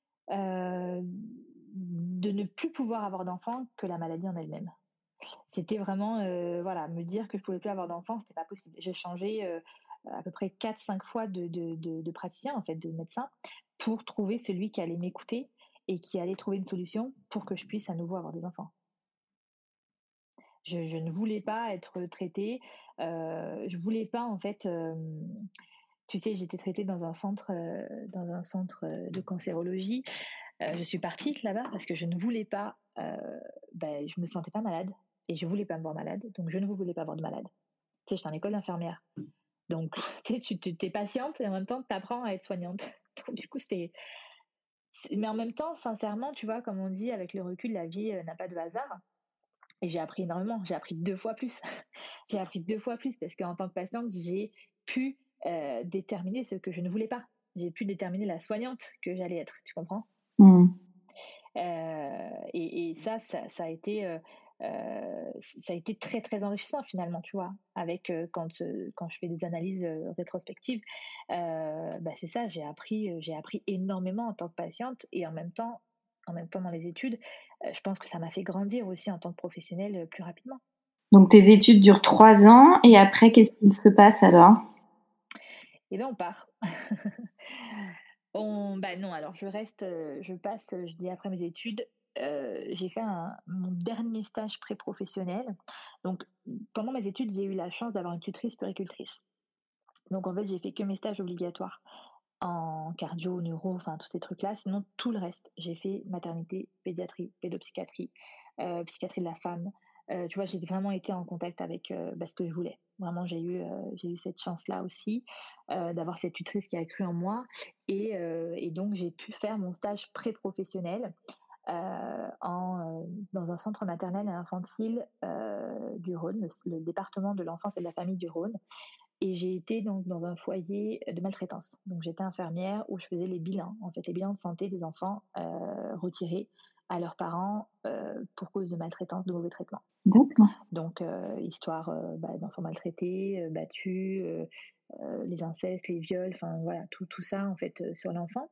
de ne plus pouvoir avoir d'enfants que la maladie en elle-même. C'était vraiment, voilà, me dire que je pouvais plus avoir d'enfants, c'était pas possible. J'ai changé, à peu près 4-5 fois de praticien, en fait, de médecin, pour trouver celui qui allait m'écouter et qui allait trouver une solution pour que je puisse à nouveau avoir des enfants. Je ne voulais pas être traitée, je voulais pas en fait, tu sais, j'étais traitée dans un centre, de cancérologie. Je suis partie là-bas parce que je ne voulais pas, je me sentais pas malade et je voulais pas me voir malade, donc je ne voulais pas avoir de malade. Tu sais, j'étais en école d'infirmière, donc tu sais, tu es patiente et en même temps tu apprends à être soignante. Donc du coup, mais en même temps, sincèrement, tu vois, comme on dit, avec le recul, la vie, n'a pas de hasard. Et j'ai appris énormément, j'ai appris 2 fois plus. J'ai appris 2 fois plus parce qu'en tant que patiente, j'ai pu déterminer ce que je ne voulais pas. J'ai pu déterminer la soignante que j'allais être, tu comprends? Mmh. Et ça a été, ça a été très, très enrichissant finalement, tu vois? Avec, quand je fais des analyses, rétrospectives, c'est ça, j'ai appris énormément en tant que patiente et en même temps dans les études, je pense que ça m'a fait grandir aussi en tant que professionnelle, plus rapidement. Donc tes études durent 3 ans et après, qu'est-ce qu'il se passe alors? Et ben on part. Non, alors je reste, je passe, je dis après mes études, j'ai fait mon dernier stage pré-professionnel. Donc pendant mes études, j'ai eu la chance d'avoir une tutrice puéricultrice. Donc en fait, j'ai fait que mes stages obligatoires en cardio, neuro, enfin tous ces trucs-là. Sinon tout le reste, j'ai fait maternité, pédiatrie, pédopsychiatrie, psychiatrie de la femme. Tu vois, j'ai vraiment été en contact avec, ce que je voulais. Vraiment, j'ai eu cette chance-là aussi, d'avoir cette tutrice qui a cru en moi et donc j'ai pu faire mon stage pré-professionnel, dans un centre maternel et infantile, du Rhône, le département de l'enfance et de la famille du Rhône. Et j'ai été donc dans un foyer de maltraitance. Donc j'étais infirmière où je faisais les bilans, en fait, les bilans de santé des enfants, retirés à leurs parents, pour cause de maltraitance, de mauvais traitements. D'accord. Donc histoire, d'enfants maltraités, battus, les incestes, les viols, enfin voilà, tout ça en fait, sur l'enfant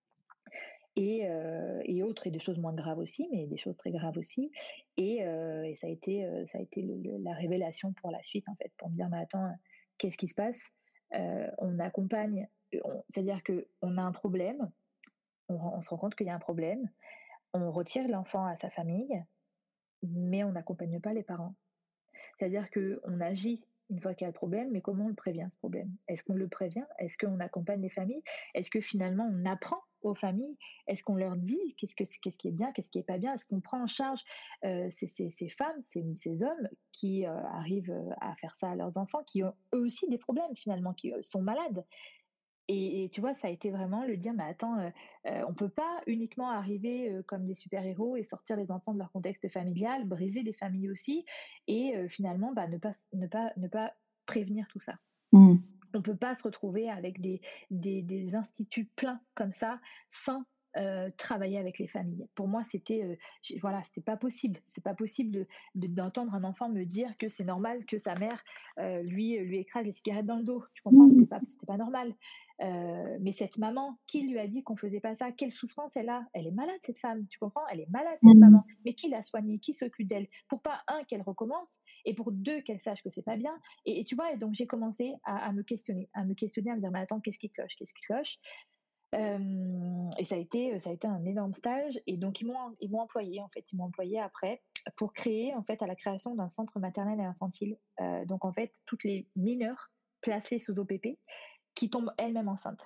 et autres et des choses moins graves aussi, mais des choses très graves aussi et ça a été la révélation pour la suite en fait, pour me dire: «Mais attends, qu'est-ce qui se passe?» On accompagne, c'est-à-dire qu'on a un problème, on se rend compte qu'il y a un problème, on retire l'enfant à sa famille, mais on n'accompagne pas les parents. C'est-à-dire qu'on agit une fois qu'il y a le problème, mais comment on le prévient ce problème? Est-ce qu'on le prévient? Est-ce qu'on accompagne les familles? Est-ce que finalement on apprend aux familles? Est-ce qu'on leur dit qu'est-ce qui est bien, qu'est-ce qui est pas bien? Est-ce qu'on prend en charge ces femmes, ces hommes qui arrivent à faire ça à leurs enfants, qui ont eux aussi des problèmes finalement, qui sont malades? Et tu vois, ça a été vraiment le dire: «Mais attends, on peut pas uniquement arriver, comme des super-héros et sortir les enfants de leur contexte familial, briser des familles aussi et finalement, ne pas prévenir tout ça». Mmh. On peut pas se retrouver avec des instituts pleins comme ça, sans, travailler avec les familles. Pour moi, voilà, c'était pas possible. C'est pas possible d'entendre un enfant me dire que c'est normal que sa mère, lui écrase les cigarettes dans le dos. Tu comprends? Mmh. C'était pas normal. Mais cette maman, qui lui a dit qu'on faisait pas ça? Quelle souffrance elle a? Elle est malade cette femme, tu comprends? Elle est malade cette Mmh. maman. Mais qui l'a soignée? Qui s'occupe d'elle? Pour pas, un, qu'elle recommence et pour 2, qu'elle sache que c'est pas bien et tu vois? Et donc j'ai commencé à me questionner, à me dire: «Mais attends, qu'est-ce qui cloche? Qu'est-ce qui cloche?» Et ça a été un énorme stage et donc ils m'ont employée, en fait. Ils m'ont employée après pour créer, en fait, à la création d'un centre maternel et infantile. Donc en fait, toutes les mineures placées sous OPP qui tombent elles-mêmes enceintes.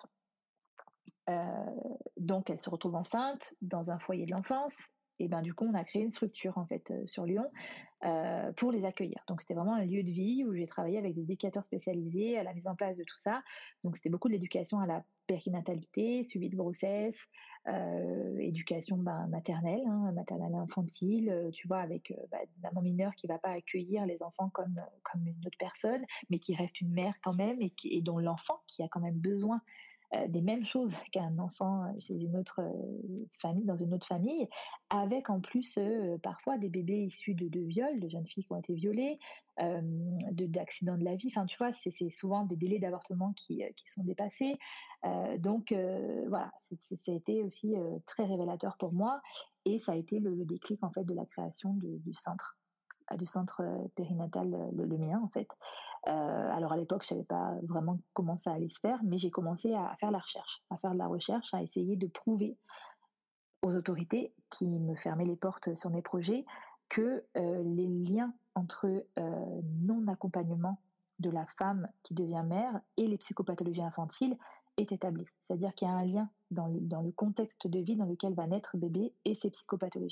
Donc elles se retrouvent enceintes dans un foyer de l'enfance et ben, du coup, on a créé une structure, en fait, sur Lyon, pour les accueillir. Donc c'était vraiment un lieu de vie où j'ai travaillé avec des éducateurs spécialisés à la mise en place de tout ça. Donc c'était beaucoup de l'éducation à la périnatalité, suivi de grossesse, éducation maternelle, hein, maternelle infantile, tu vois, avec une maman mineure qui ne va pas accueillir les enfants comme une autre personne, mais qui reste une mère quand même et dont l'enfant qui a quand même besoin des mêmes choses qu'un enfant chez une autre famille, dans une autre famille, avec en plus parfois des bébés issus de viols, de jeunes filles qui ont été violées, d'accidents de la vie. Enfin, tu vois, c'est souvent des délais d'avortement qui sont dépassés. Donc, voilà, ça a été aussi très révélateur pour moi et ça a été le déclic en fait de la création du centre périnatal, le mien en fait. Alors à l'époque, je savais pas vraiment comment ça allait se faire, mais j'ai commencé à faire la recherche, à faire de la recherche, à essayer de prouver aux autorités qui me fermaient les portes sur mes projets que, les liens entre, non-accompagnement de la femme qui devient mère et les psychopathologies infantiles est établi. C'est-à-dire qu'il y a un lien dans le contexte de vie dans lequel va naître bébé et ses psychopathologies.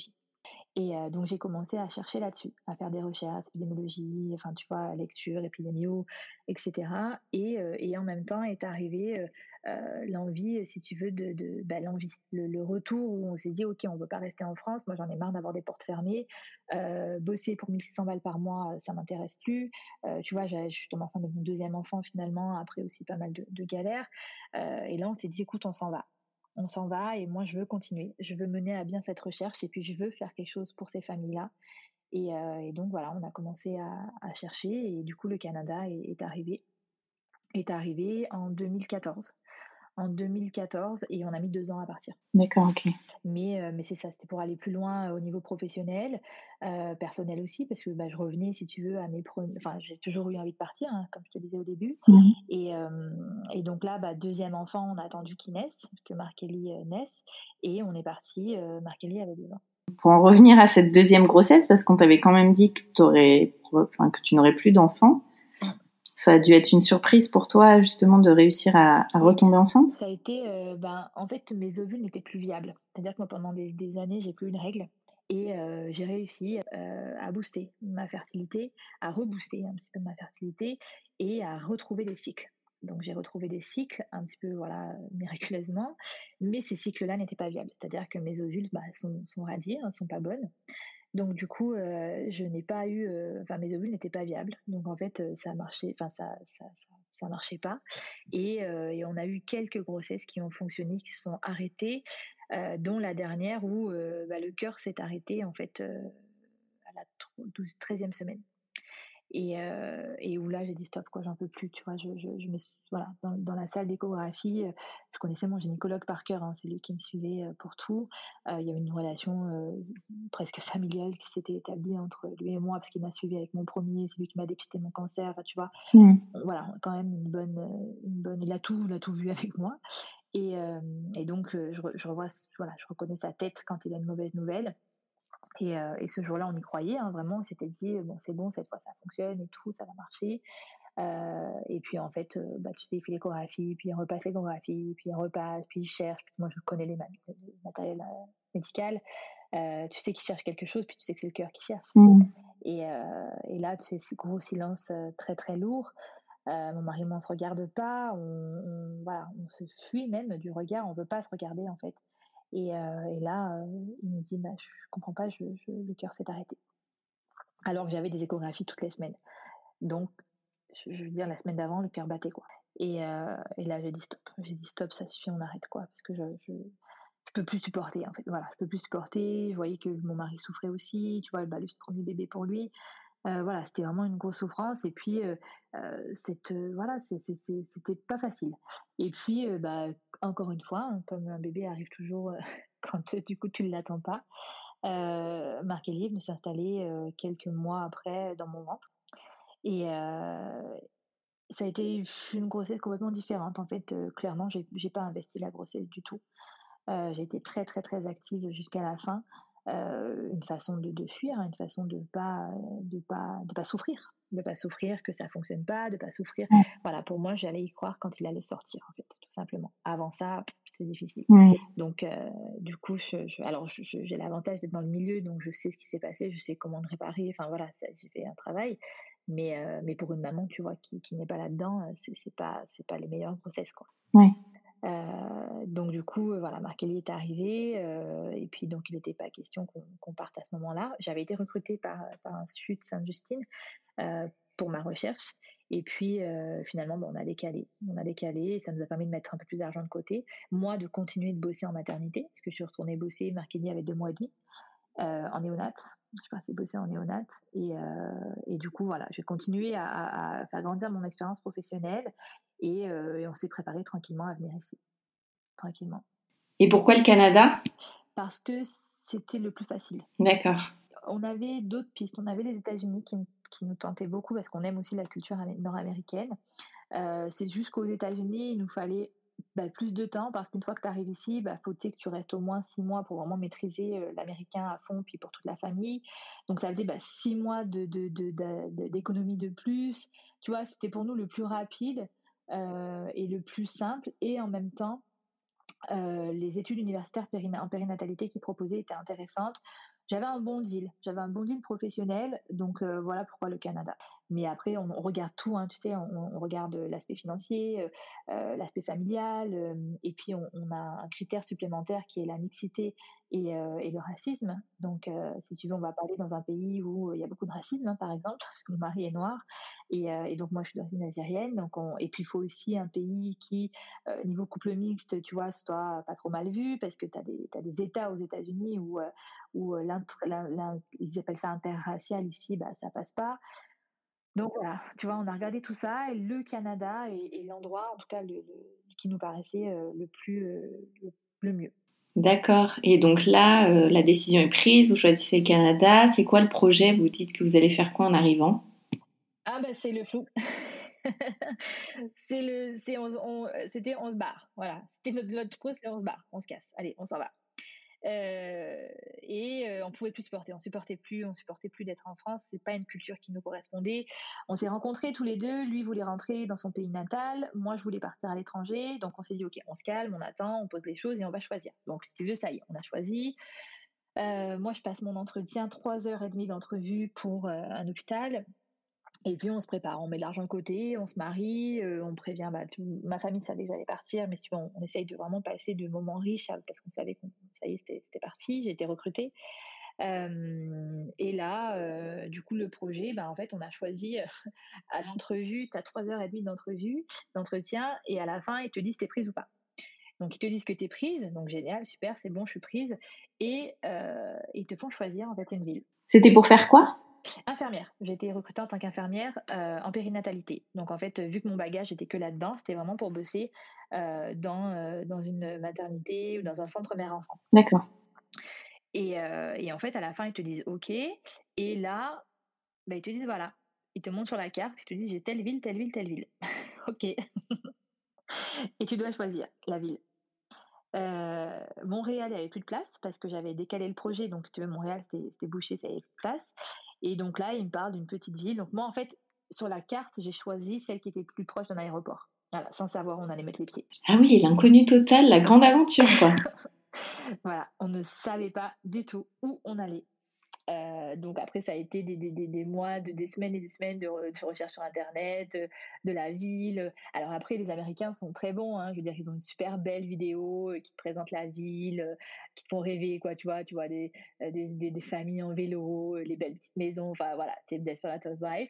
Et donc j'ai commencé à chercher là-dessus, à faire des recherches, épidémiologie, enfin tu vois, lecture, épidémio, et cetera. Et en même temps est arrivée, l'envie, si tu veux, l'envie, le retour où on s'est dit: «OK, on veut pas rester en France. Moi, j'en ai marre d'avoir des portes fermées. Bosser pour 1 600 balles par mois, ça m'intéresse plus». Tu vois, je tombe enceinte de mon 2e enfant finalement, après aussi pas mal de galères. Et là, on s'est dit: «Écoute, on s'en va». On s'en va et moi je veux continuer. Je veux mener à bien cette recherche et puis je veux faire quelque chose pour ces familles-là. Et donc voilà, on a commencé à chercher et du coup le Canada est arrivé en 2014. En 2014 et on a mis 2 ans à partir. D'accord, OK. Mais c'est ça, c'était pour aller plus loin au niveau professionnel, personnel aussi parce que, bah, je revenais si tu veux à mes enfin j'ai toujours eu envie de partir, hein, comme je te disais au début. Mmh. Et donc là, bah, 2e enfant, on a attendu qu'il naisse, que Mark-Ellie, naisse et on est parti. Mark-Ellie avait 2 ans. Pour en revenir à cette 2e grossesse, parce qu'on t'avait quand même dit que que tu n'aurais plus d'enfants. Mmh. Ça a dû être une surprise pour toi justement de réussir à retomber enceinte? Ça a été, en fait, mes ovules n'étaient plus viables. C'est-à-dire que moi, pendant des années, j'ai plus eu de règles et j'ai réussi, à booster ma fertilité, à rebooster un petit peu ma fertilité et à retrouver des cycles. Donc j'ai retrouvé des cycles un petit peu, voilà, miraculeusement, mais ces cycles-là n'étaient pas viables. C'est-à-dire que mes ovules, bah, sont radiés, hein, sont pas bonnes. Donc du coup, je n'ai pas eu, mes ovules n'étaient pas viables. Donc en fait, ça marchait enfin ça marchait pas et on a eu quelques grossesses qui ont fonctionné, qui se sont arrêtées, dont la dernière où, le cœur s'est arrêté en fait, à la 13e semaine. Et où là j'ai dit: «Stop quoi, j'en peux plus», tu vois? Je me suis voilà, dans la salle d'échographie, je connaissais mon gynécologue par cœur, hein, c'est lui qui me suivait, pour tout. Il y avait une relation, presque familiale qui s'était établie entre lui et moi parce qu'il m'a suivie avec mon premier, c'est lui qui m'a dépisté mon cancer, enfin tu vois? Mmh. Voilà, quand même une bonne il a tout vu avec moi et donc je revois voilà, je reconnais sa tête quand il a une mauvaise nouvelle et ce jour-là, on y croyait, hein, vraiment. On s'était dit: «Bon, c'est bon, cette fois, ça fonctionne et tout, ça va marcher». Et puis, en fait, tu sais, il fait l'échographie, puis il repasse l'échographie, puis il repasse, puis il cherche. Puis moi, je connais le matériel, médical. Tu sais qu'il cherche quelque chose, puis tu sais que c'est le cœur qui cherche. Mmh. Et là, tu sais, ce gros silence, très, très lourd. Mon mari et moi, on se regarde pas, voilà, on se fuit même du regard, on veut pas se regarder, en fait. Et là, il me dit: «Bah, je comprends pas, le cœur s'est arrêté». Alors que j'avais des échographies toutes les semaines. Donc je veux dire la semaine d'avant, le cœur battait, quoi. Et là, j'ai dit: «Stop». J'ai dit: «Stop, ça suffit, on arrête, quoi». Parce que je peux plus supporter, en fait. Voilà, je peux plus supporter. Je voyais que mon mari souffrait aussi, tu vois? Bah, le 1er bébé pour lui. Voilà, c'était vraiment une grosse souffrance et puis, voilà, c'était pas facile et puis, encore une fois, hein, comme un bébé arrive toujours, quand, du coup, tu ne l'attends pas, Marc-Élie est venu s'installer, quelques mois après dans mon ventre et ça a été une grossesse complètement différente. En fait, clairement, j'ai pas investi la grossesse du tout. J'ai été très, très, très active jusqu'à la fin. Une façon de fuir, hein, une façon de pas souffrir. De pas souffrir que ça fonctionne pas, de pas souffrir. Voilà, pour moi, j'allais y croire quand il allait sortir, en fait, tout simplement. Avant ça, c'est difficile. Mmh. Donc, du coup, j'ai l'avantage d'être dans le milieu, donc je sais ce qui s'est passé, je sais comment le réparer. Enfin voilà, j'ai fait un travail. Mais pour une maman, tu vois, qui n'est pas là-dedans, c'est pas les meilleures grossesses, quoi. Ouais. Donc du coup, voilà, Marc-Élie est arrivé, et puis donc il n'était pas question qu'on parte à ce moment-là. J'avais été recrutée par Institut Sainte-Justine, pour ma recherche et puis, finalement, on a décalé. On a décalé et ça nous a permis de mettre un peu plus d'argent de côté. Moi, de continuer de bosser en maternité parce que je suis retournée bosser. Marc-Élie avait 2 mois et demi, en néonat. Je suis partie bosser en néonat et du coup, voilà, j'ai continué à faire grandir mon expérience professionnelle et on s'est préparé tranquillement à venir ici, tranquillement. Et pourquoi le Canada? Parce que c'était le plus facile. D'accord. On avait d'autres pistes. On avait les États-Unis qui nous tentaient beaucoup parce qu'on aime aussi la culture nord-américaine. C'est juste qu'aux États-Unis, il nous fallait plus de temps parce qu'une fois que tu arrives ici, faut que tu restes au moins 6 mois pour vraiment maîtriser l'américain à fond, puis pour toute la famille. Donc ça faisait 6 mois d'économie de plus. Tu vois, c'était pour nous le plus rapide et le plus simple. Et en même temps, les études universitaires en périnatalité qu'ils proposaient étaient intéressantes. J'avais un bon deal, professionnel, donc voilà pourquoi le Canada. Mais après, on regarde tout, hein, tu sais, on regarde l'aspect financier, l'aspect familial, et puis on a un critère supplémentaire qui est la mixité et le racisme. Donc, si tu veux, on va parler dans un pays où il y a beaucoup de racisme, hein, par exemple, parce que mon mari est noir, et donc moi je suis d'origine algérienne. Et puis il faut aussi un pays qui, niveau couple mixte, tu vois, soit pas trop mal vu, parce que tu as des États aux États-Unis où ils appellent ça interracial, ici, bah, ça passe pas. Donc voilà, tu vois, on a regardé tout ça, et le Canada est l'endroit, en tout cas, qui nous paraissait le mieux. D'accord. Et donc là, la décision est prise, vous choisissez le Canada. C'est quoi le projet? Vous dites que vous allez faire quoi en arrivant? Ah bah c'est le flou. C'était on se barre, voilà. C'était notre pro, c'est on se barre, on se casse, allez, on s'en va. On pouvait plus supporter, on supportait plus d'être en France. C'est pas une culture qui nous correspondait. On s'est rencontrés tous les deux. Lui voulait rentrer dans son pays natal, moi je voulais partir à l'étranger. Donc on s'est dit ok, on se calme, on attend, on pose les choses et on va choisir. Donc si tu veux, ça y est, on a choisi. Moi je passe mon entretien, 3h30 d'entrevue pour un hôpital. Et puis on se prépare, on met de l'argent de côté, on se marie, on prévient, ma famille savait que j'allais partir, mais si tu veux, on essaye de vraiment passer de moments riches, parce qu'on savait que ça y est, c'était parti, j'ai été recrutée. Et là, du coup, le projet, en fait, on a choisi à l'entrevue, tu as 3h30 d'entretien, et à la fin, ils te disent t'es prise ou pas. Donc ils te disent que t'es prise, donc génial, super, c'est bon, je suis prise, et ils te font choisir en fait une ville. C'était pour faire quoi? Infirmière. J'ai été recrutée en tant qu'infirmière en périnatalité. Donc en fait, vu que mon bagage était que là-dedans, c'était vraiment pour bosser dans une maternité ou dans un centre mère-enfant. D'accord. Et en fait, à la fin, ils te disent OK. Et là, ils te disent voilà. Ils te montrent sur la carte, ils te disent j'ai telle ville, telle ville, telle ville. OK. Et tu dois choisir la ville. Montréal, il n'y avait plus de place parce que j'avais décalé le projet. Donc, si tu veux, Montréal, c'était bouché, ça n'y avait plus de place. Et donc là, il me parle d'une petite ville. Donc moi, en fait, sur la carte, j'ai choisi celle qui était le plus proche d'un aéroport. Voilà, sans savoir où on allait mettre les pieds. Ah oui, l'inconnu total, la grande aventure, quoi. Voilà, on ne savait pas du tout où on allait. Donc après, ça a été des mois, des semaines et des semaines de recherche sur Internet, de la ville. Alors après, les Américains sont très bons, hein. Je veux dire, ils ont une super belle vidéo qui te présente la ville, qui te font rêver, quoi. Tu vois des familles en vélo, les belles petites maisons. Enfin voilà, c'est Desperate Housewives.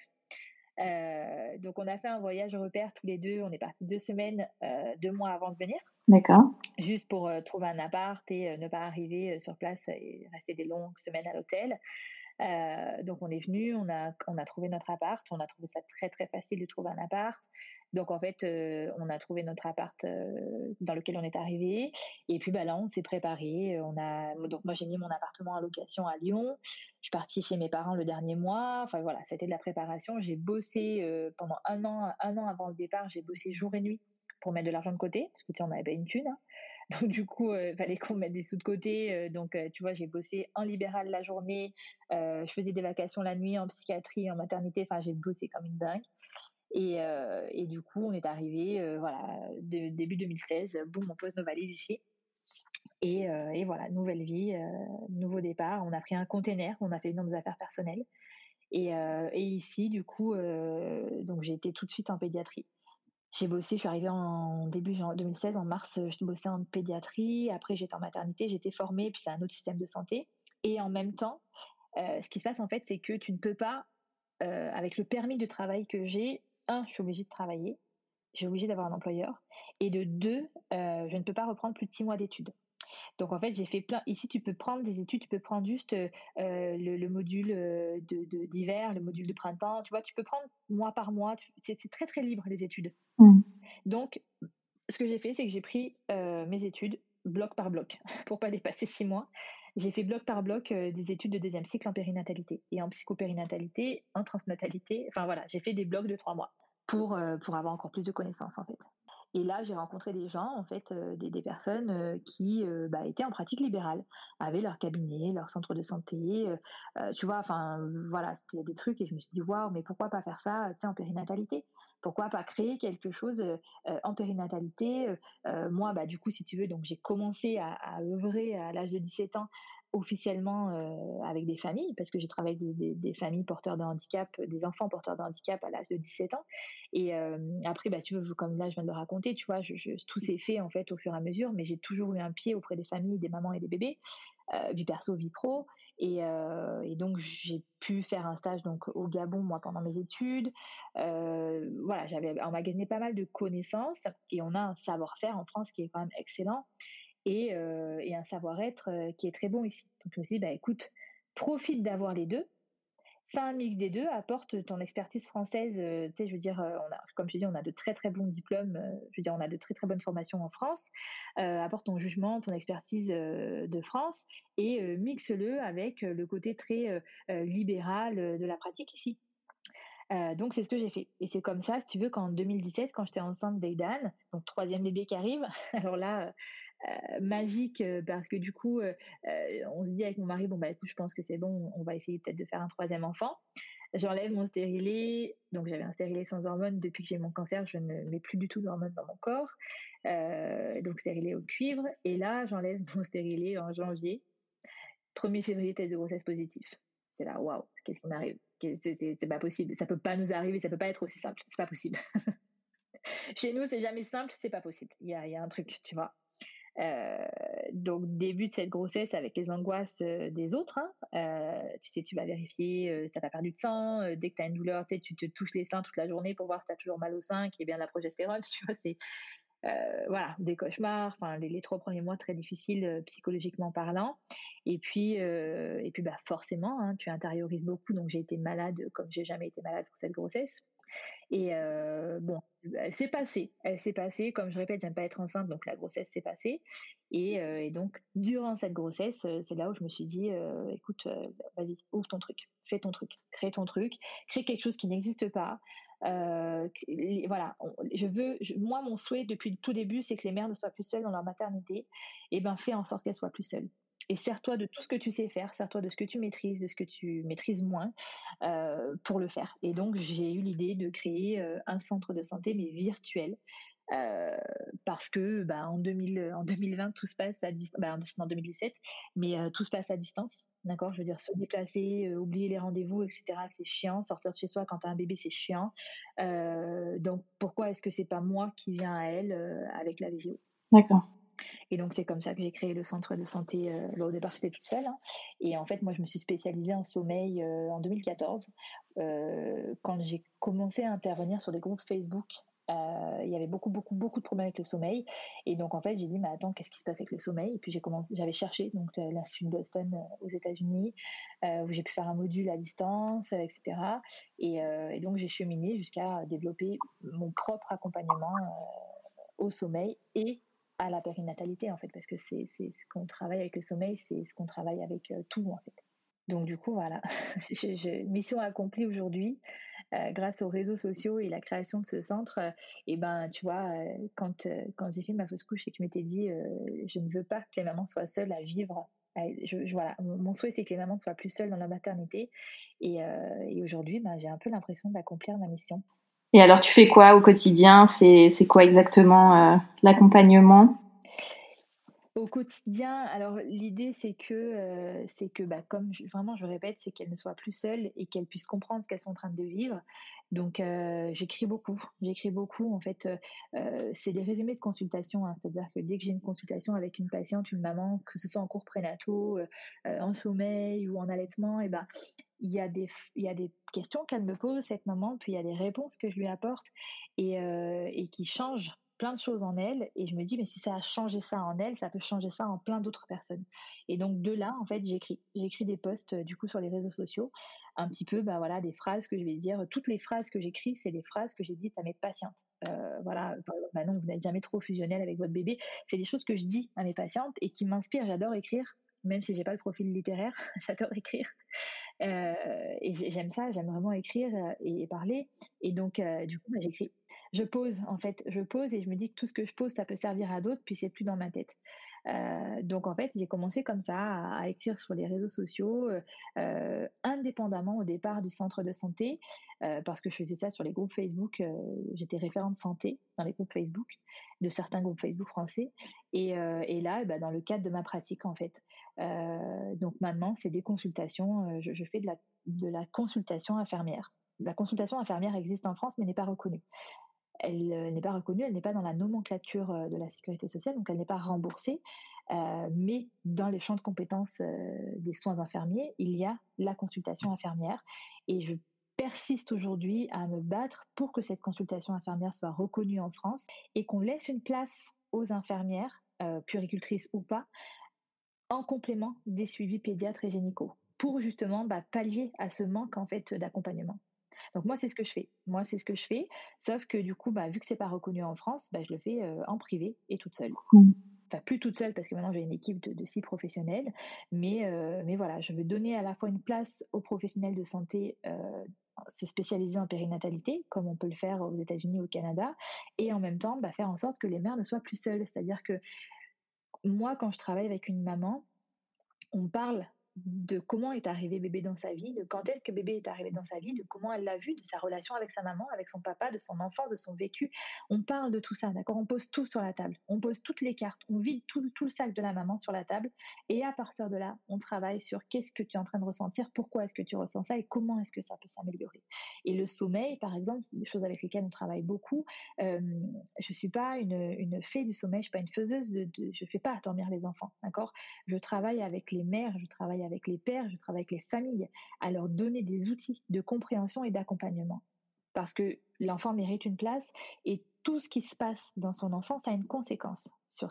Donc on a fait un voyage repère tous les deux. On est partis 2 semaines, 2 mois avant de venir. D'accord. Juste pour trouver un appart et ne pas arriver sur place et rester des longues semaines à l'hôtel. Donc on est venu, on a trouvé notre appart, on a trouvé ça très très facile de trouver un appart. Donc en fait, on a trouvé notre appart dans lequel on est arrivé. Et puis là, on s'est préparé. Donc moi j'ai mis mon appartement en location à Lyon. Je suis partie chez mes parents le dernier mois. Enfin voilà, c'était de la préparation. J'ai bossé pendant un an avant le départ. J'ai bossé jour et nuit pour mettre de l'argent de côté, parce que tu sais, on n'avait pas une thune, hein. Donc du coup, il fallait qu'on mette des sous de côté. Donc tu vois, j'ai bossé en libéral la journée, je faisais des vacations la nuit en psychiatrie, en maternité. Enfin, j'ai bossé comme une dingue. Et du coup, on est arrivé, voilà, début 2016. Boum, on pose nos valises ici. Et voilà, nouvelle vie, nouveau départ. On a pris un container, on a fait une de nos affaires personnelles. Et ici, du coup, donc j'ai été tout de suite en pédiatrie. J'ai bossé, je suis arrivée en début 2016, en mars, je bossais en pédiatrie. Après, j'étais en maternité, j'étais formée, puis c'est un autre système de santé. Et en même temps, ce qui se passe en fait, c'est que tu ne peux pas, avec le permis de travail que j'ai, je suis obligée de travailler, je suis obligée d'avoir un employeur. Et de deux, je ne peux pas reprendre plus de 6 mois d'études. Donc en fait, j'ai fait plein. Ici, tu peux prendre des études, tu peux prendre juste le module d'hiver, le module de printemps. Tu vois, tu peux prendre mois par mois. C'est très très libre les études. Donc, ce que j'ai fait, c'est que j'ai pris mes études bloc par bloc pour pas dépasser 6 mois. J'ai fait bloc par bloc des études de deuxième cycle en périnatalité et en psychopérinatalité, en transnatalité. Enfin voilà, j'ai fait des blocs de 3 mois pour avoir encore plus de connaissances en fait. Et là, j'ai rencontré des gens, en fait, des personnes qui étaient en pratique libérale, avaient leur cabinet, leur centre de santé, tu vois, enfin, voilà, c'était des trucs et je me suis dit, waouh, mais pourquoi pas faire ça, tu sais, en périnatalité? Pourquoi pas créer quelque chose en périnatalité? Moi, du coup, si tu veux, donc j'ai commencé à œuvrer à l'âge de 17 ans officiellement avec des familles, parce que j'ai travaillé avec des familles porteurs de handicap, des enfants porteurs de handicap à l'âge de 17 ans. Et après, bah, tu vois, comme là, je viens de le raconter, tu vois, tout s'est fait en fait au fur et à mesure, mais j'ai toujours eu un pied auprès des familles, des mamans et des bébés, vie perso, vie pro. Et donc, j'ai pu faire un stage donc au Gabon, moi, pendant mes études. Voilà, j'avais emmagasiné pas mal de connaissances et on a un savoir-faire en France qui est quand même excellent et un savoir-être qui est très bon ici. Donc, je me suis dit, bah, écoute, profite d'avoir les deux. Fais un mix des deux, apporte ton expertise française. Tu sais, je veux dire, comme je te dis, on a de très très bons diplômes. Je veux dire, on a de très très bonnes formations en France. Apporte ton jugement, ton expertise de France et mixe-le avec le côté très libéral de la pratique ici. Donc c'est ce que j'ai fait et c'est comme ça, si tu veux, qu'en 2017, quand j'étais enceinte d'Aidan, donc troisième bébé qui arrive, alors là, magique, parce que du coup, on se dit avec mon mari: «Bon, bah, écoute, je pense que c'est bon, on va essayer peut-être de faire un troisième enfant». J'enlève mon stérilet, donc j'avais un stérilet sans hormones. Depuis que j'ai mon cancer, je ne mets plus du tout d'hormones dans mon corps, donc stérilet au cuivre et là, j'enlève mon stérilet en janvier. 1er février, test de grossesse positif. C'est là: «Waouh, qu'est-ce qui m'arrive? C'est pas possible, ça peut pas nous arriver, ça peut pas être aussi simple, c'est pas possible». Chez nous, c'est jamais simple, c'est pas possible. Il y a un truc, tu vois? Donc début de cette grossesse avec les angoisses, des autres, hein. Tu sais, tu vas vérifier, si tu pas perdu de sang, dès que tu as une douleur, tu sais, tu te touches les seins toute la journée pour voir si tu as toujours mal au sein, qu'il y ait bien de la progestérone, tu vois? C'est, voilà, des cauchemars, enfin les 3 premiers mois très difficiles, psychologiquement parlant et puis, bah, forcément, hein, tu intériorises beaucoup donc j'ai été malade comme j'ai jamais été malade pour cette grossesse. Et bon, elle s'est passée, comme je répète, j'aime pas être enceinte, donc la grossesse s'est passée et donc durant cette grossesse, c'est là où je me suis dit: «Écoute, vas-y, ouvre ton truc, fais ton truc, crée quelque chose qui n'existe pas». Voilà, moi, mon souhait depuis le tout début, c'est que les mères ne soient plus seules dans leur maternité et ben, fais en sorte qu'elles soient plus seules et sers-toi de tout ce que tu sais faire, sers-toi de ce que tu maîtrises, de ce que tu maîtrises moins, pour le faire. Et donc, j'ai eu l'idée de créer un centre de santé, mais virtuel. euh, Parce que bah, en 2020, tout se passe à distance, bah, en 2017, mais tout se passe à distance. D'accord. Je veux dire, se déplacer, oublier les rendez-vous, etc., c'est chiant. Sortir de chez soi quand tu as un bébé, c'est chiant. Donc, pourquoi est-ce que c'est pas moi qui viens à elle avec la visio? D'accord. Et donc, c'est comme ça que j'ai créé le centre de santé. Au départ, j'étais toute seule, hein. Et en fait, moi, je me suis spécialisée en sommeil en 2014. Quand j'ai commencé à intervenir sur des groupes Facebook, il y avait beaucoup, beaucoup, beaucoup de problèmes avec le sommeil. Et donc, en fait, j'ai dit, mais attends, qu'est-ce qui se passe avec le sommeil? Et puis, j'avais cherché donc l'Institut de Boston aux États-Unis, où j'ai pu faire un module à distance, etc. Et donc, j'ai cheminé jusqu'à développer mon propre accompagnement au sommeil et à la périnatalité, en fait, parce que c'est ce qu'on travaille avec le sommeil, c'est ce qu'on travaille avec tout, en fait. Donc, du coup, voilà, mission accomplie aujourd'hui grâce aux réseaux sociaux et la création de ce centre. Et ben, tu vois, quand j'ai fait ma fausse couche et que je m'étais dit, je ne veux pas que les mamans soient seules à vivre. Voilà, mon souhait, c'est que les mamans ne soient plus seules dans la maternité. Et aujourd'hui, ben, j'ai un peu l'impression d'accomplir ma mission. Et alors, tu fais quoi au quotidien? C'est quoi exactement l'accompagnement? Au quotidien, alors l'idée c'est que bah, comme vraiment je répète, c'est qu'elles ne soient plus seules et qu'elles puissent comprendre ce qu'elles sont en train de vivre. Donc j'écris beaucoup en fait. C'est des résumés de consultation, hein. C'est-à-dire que dès que j'ai une consultation avec une patiente, une maman, que ce soit en cours prénataux, en sommeil ou en allaitement, et ben il y a des questions qu'elle me pose cette maman, puis il y a des réponses que je lui apporte et qui changent plein de choses en elle. Et je me dis, mais si ça a changé ça en elle, ça peut changer ça en plein d'autres personnes. Et donc de là, en fait, j'écris des posts du coup sur les réseaux sociaux, un petit peu, bah voilà, des phrases que je vais dire. Toutes les phrases que j'écris, c'est des phrases que j'ai dites à mes patientes. Voilà, par exemple, bah non, vous n'êtes jamais trop fusionnel avec votre bébé. C'est des choses que je dis à mes patientes et qui m'inspirent. J'adore écrire, même si j'ai pas le profil littéraire, j'adore écrire. Et j'aime ça, j'aime vraiment écrire et parler. Et donc, du coup, bah, j'écris. Je pose, en fait, je pose et je me dis que tout ce que je pose, ça peut servir à d'autres, puis c'est plus dans ma tête. Donc en fait, j'ai commencé comme ça à écrire sur les réseaux sociaux, indépendamment au départ du centre de santé, parce que je faisais ça sur les groupes Facebook. J'étais référente santé dans les groupes Facebook, de certains groupes Facebook français. Et là, bah, dans le cadre de ma pratique, en fait. Donc maintenant, c'est des consultations. Je fais de la consultation infirmière. La consultation infirmière existe en France, mais n'est pas reconnue. Elle n'est pas reconnue, elle n'est pas dans la nomenclature de la sécurité sociale, donc elle n'est pas remboursée. Mais dans les champs de compétences des soins infirmiers, il y a la consultation infirmière. Et je persiste aujourd'hui à me battre pour que cette consultation infirmière soit reconnue en France et qu'on laisse une place aux infirmières, puéricultrices ou pas, en complément des suivis pédiatres et gynécos, pour justement pallier à ce manque en fait d'accompagnement. Donc moi, c'est ce que je fais. Moi, c'est ce que je fais. Sauf que du coup, vu que c'est pas reconnu en France, je le fais en privé et toute seule. Mm. Enfin, plus toute seule parce que maintenant j'ai une équipe de 6 professionnels. Mais voilà, je veux donner à la fois une place aux professionnels de santé se spécialiser en périnatalité, comme on peut le faire aux États-Unis ou au Canada, et en même temps faire en sorte que les mères ne soient plus seules. C'est-à-dire que moi, quand je travaille avec une maman, on parle de comment est arrivé bébé dans sa vie, de quand est-ce que bébé est arrivé dans sa vie, de comment elle l'a vu, de sa relation avec sa maman, avec son papa, de son enfance, de son vécu. On parle de tout ça, d'accord? On pose tout sur la table. On pose toutes les cartes. On vide tout le sac de la maman sur la table. Et à partir de là, on travaille sur qu'est-ce que tu es en train de ressentir, pourquoi est-ce que tu ressens ça et comment est-ce que ça peut s'améliorer. Et le sommeil, par exemple, des choses avec lesquelles on travaille beaucoup. Je suis pas une fée du sommeil, je suis pas une faiseuse je fais pas dormir les enfants, d'accord? Je travaille avec les mères, je travaille avec les pères, je travaille avec les familles, à leur donner des outils de compréhension et d'accompagnement. Parce que l'enfant mérite une place et tout ce qui se passe dans son enfance a une conséquence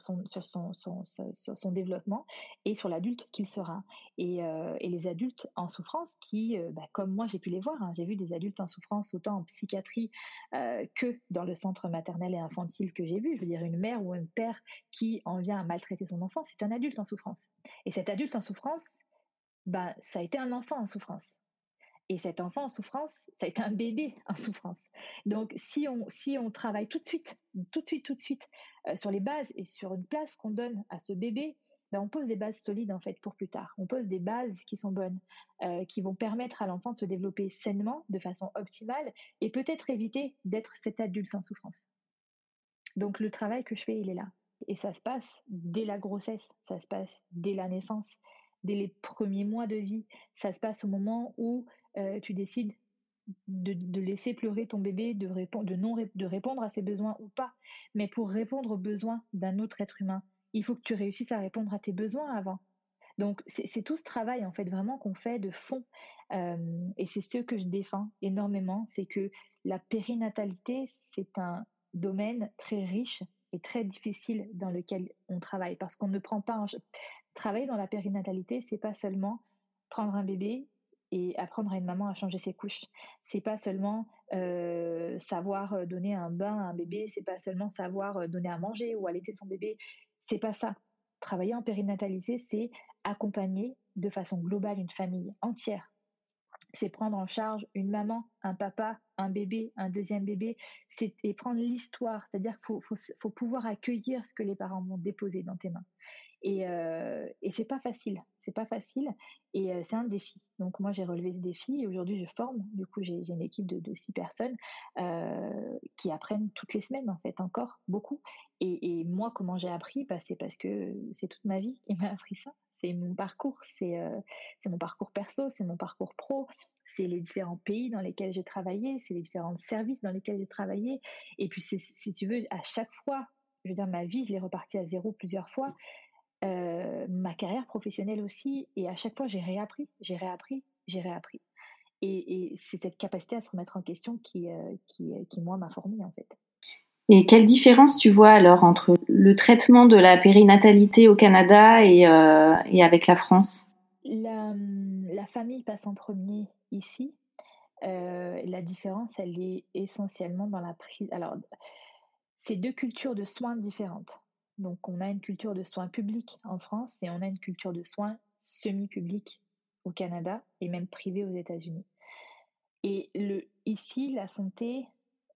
sur son développement et sur l'adulte qu'il sera. Et les adultes en souffrance qui, comme moi j'ai pu les voir, hein, j'ai vu des adultes en souffrance autant en psychiatrie que dans le centre maternel et infantile que j'ai vu. Je veux dire, une mère ou un père qui en vient à maltraiter son enfant, c'est un adulte en souffrance. Et cet adulte en souffrance, ça a été un enfant en souffrance. Et cet enfant en souffrance, ça a été un bébé en souffrance. Donc, si on travaille tout de suite, sur les bases et sur une place qu'on donne à ce bébé, on pose des bases solides en fait pour plus tard. On pose des bases qui sont bonnes, qui vont permettre à l'enfant de se développer sainement, de façon optimale, et peut-être éviter d'être cet adulte en souffrance. Donc, le travail que je fais, il est là. Et ça se passe dès la grossesse, ça se passe dès la naissance, dès les premiers mois de vie. Ça se passe au moment où tu décides de laisser pleurer ton bébé, de répondre à ses besoins ou pas. Mais pour répondre aux besoins d'un autre être humain, il faut que tu réussisses à répondre à tes besoins avant. Donc, c'est tout ce travail, en fait, vraiment qu'on fait de fond. Et c'est ce que je défends énormément, c'est que la périnatalité, c'est un domaine très riche et très difficile dans lequel on travaille parce qu'on ne prend pas travailler dans la périnatalité, c'est pas seulement prendre un bébé et apprendre à une maman à changer ses couches. C'est pas seulement savoir donner un bain à un bébé, c'est pas seulement savoir donner à manger ou allaiter son bébé. C'est pas ça. Travailler en périnatalité, c'est accompagner de façon globale une famille entière. C'est prendre en charge une maman, un papa, un bébé, un deuxième bébé, et prendre l'histoire. C'est-à-dire qu'il faut pouvoir accueillir ce que les parents vont déposer dans tes mains. Et c'est pas facile, et c'est un défi. Donc moi j'ai relevé ce défi et aujourd'hui je forme. Du coup j'ai une équipe de 6 personnes qui apprennent toutes les semaines en fait, encore beaucoup. Et moi comment j'ai appris, c'est parce que c'est toute ma vie qui m'a appris ça. C'est mon parcours, c'est mon parcours perso, c'est mon parcours pro, c'est les différents pays dans lesquels j'ai travaillé, c'est les différents services dans lesquels j'ai travaillé. Et puis si tu veux, à chaque fois, je veux dire, ma vie, je l'ai repartie à zéro plusieurs fois. Ma carrière professionnelle aussi, et à chaque fois j'ai réappris. Et c'est cette capacité à se remettre en question qui moi m'a formée en fait. Et quelle différence tu vois alors entre le traitement de la périnatalité au Canada et avec la France? La famille passe en premier ici. La différence, elle est essentiellement dans la prise. Alors, c'est 2 cultures de soins différentes. Donc, on a une culture de soins publics en France et on a une culture de soins semi-publics au Canada et même privés aux États-Unis. Et ici, la santé,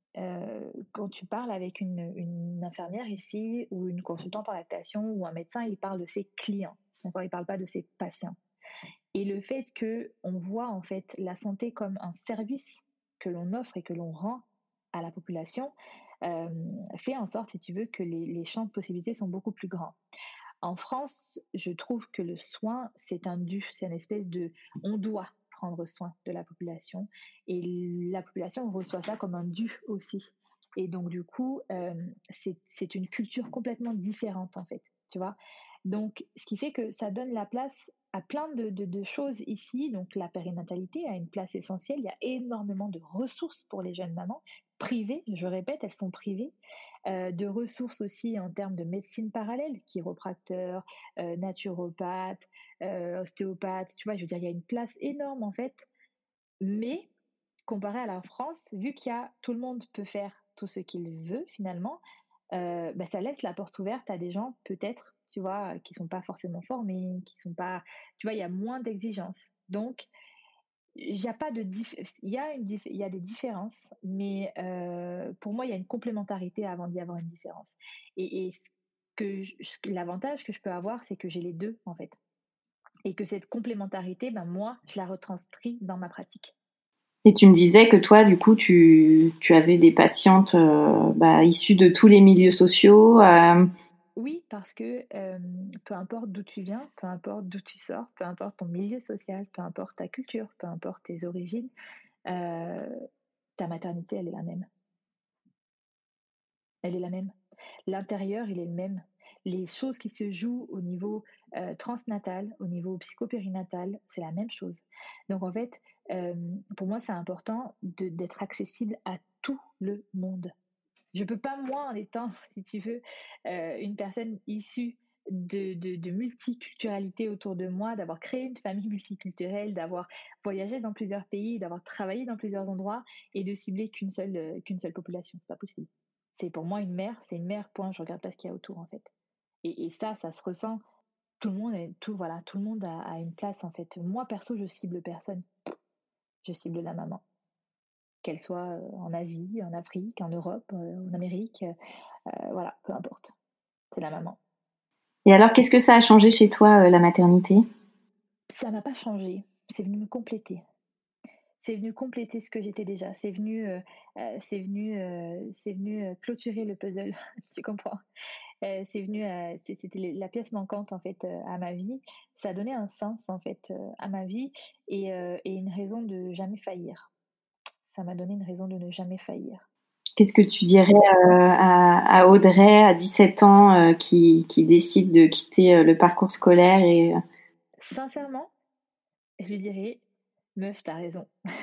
quand tu parles avec une infirmière ici ou une consultante en lactation ou un médecin, il parle de ses clients, d'accord? Il parle pas de ses patients. Et le fait que on voit en fait la santé comme un service que l'on offre et que l'on rend à la population, fait en sorte, si tu veux, que les champs de possibilités sont beaucoup plus grands. En France, je trouve que le soin, c'est un dû, c'est une espèce de on doit prendre soin de la population et la population reçoit ça comme un dû aussi. Et donc du coup, c'est une culture complètement différente en fait, tu vois. Donc ce qui fait que ça donne la place à plein de choses ici. Donc la périnatalité a une place essentielle. Il y a énormément de ressources pour les jeunes mamans privées. Je répète, elles sont privées de ressources aussi en termes de médecine parallèle, chiropracteur, naturopathe, ostéopathe, tu vois, je veux dire, il y a une place énorme en fait, mais comparé à la France, vu qu'il y a tout le monde peut faire tout ce qu'il veut finalement, bah, ça laisse la porte ouverte à des gens peut-être, tu vois, qui sont pas forcément formés, qui sont pas, tu vois, il y a moins d'exigences. Donc, il y a pas de il y a des différences, mais pour moi, il y a une complémentarité avant d'y avoir une différence. Et l'avantage que je peux avoir, c'est que j'ai les 2 en fait et que cette complémentarité, ben, moi, je la retranscris dans ma pratique. Et tu me disais que toi, du coup, tu avais des patientes issues de tous les milieux sociaux. Oui, parce que, peu importe d'où tu viens, peu importe d'où tu sors, peu importe ton milieu social, peu importe ta culture, peu importe tes origines, heu, ta maternité, elle est la même. Elle est la même. L'intérieur, il est le même. Les choses qui se jouent au niveau transnatal, au niveau psychopérinatal, c'est la même chose. Donc en fait, pour moi, c'est important d'être accessible à tout le monde. Je peux pas, moi, en étant, si tu veux, une personne issue de multiculturalité autour de moi, d'avoir créé une famille multiculturelle, d'avoir voyagé dans plusieurs pays, d'avoir travaillé dans plusieurs endroits et de cibler qu'une seule population. C'est pas possible. C'est pour moi une mère, c'est une mère, point. Je regarde pas ce qu'il y a autour, en fait. Et ça se ressent. Tout le monde, voilà, tout le monde a une place, en fait. Moi, perso, je cible personne. Je cible la maman. Qu'elle soit en Asie, en Afrique, en Europe, en Amérique. Voilà, peu importe. C'est la maman. Et alors, qu'est-ce que ça a changé chez toi, la maternité? Ça m'a pas changé. C'est venu me compléter. C'est venu compléter ce que j'étais déjà. C'est venu clôturer le puzzle. Tu comprends? C'était la pièce manquante en fait à ma vie. Ça a donné un sens en fait à ma vie et une raison de jamais faillir. Ça m'a donné une raison de ne jamais faillir. Qu'est-ce que tu dirais à Audrey, à 17 ans, qui décide de quitter le parcours scolaire et... Sincèrement, je lui dirais, meuf, t'as raison.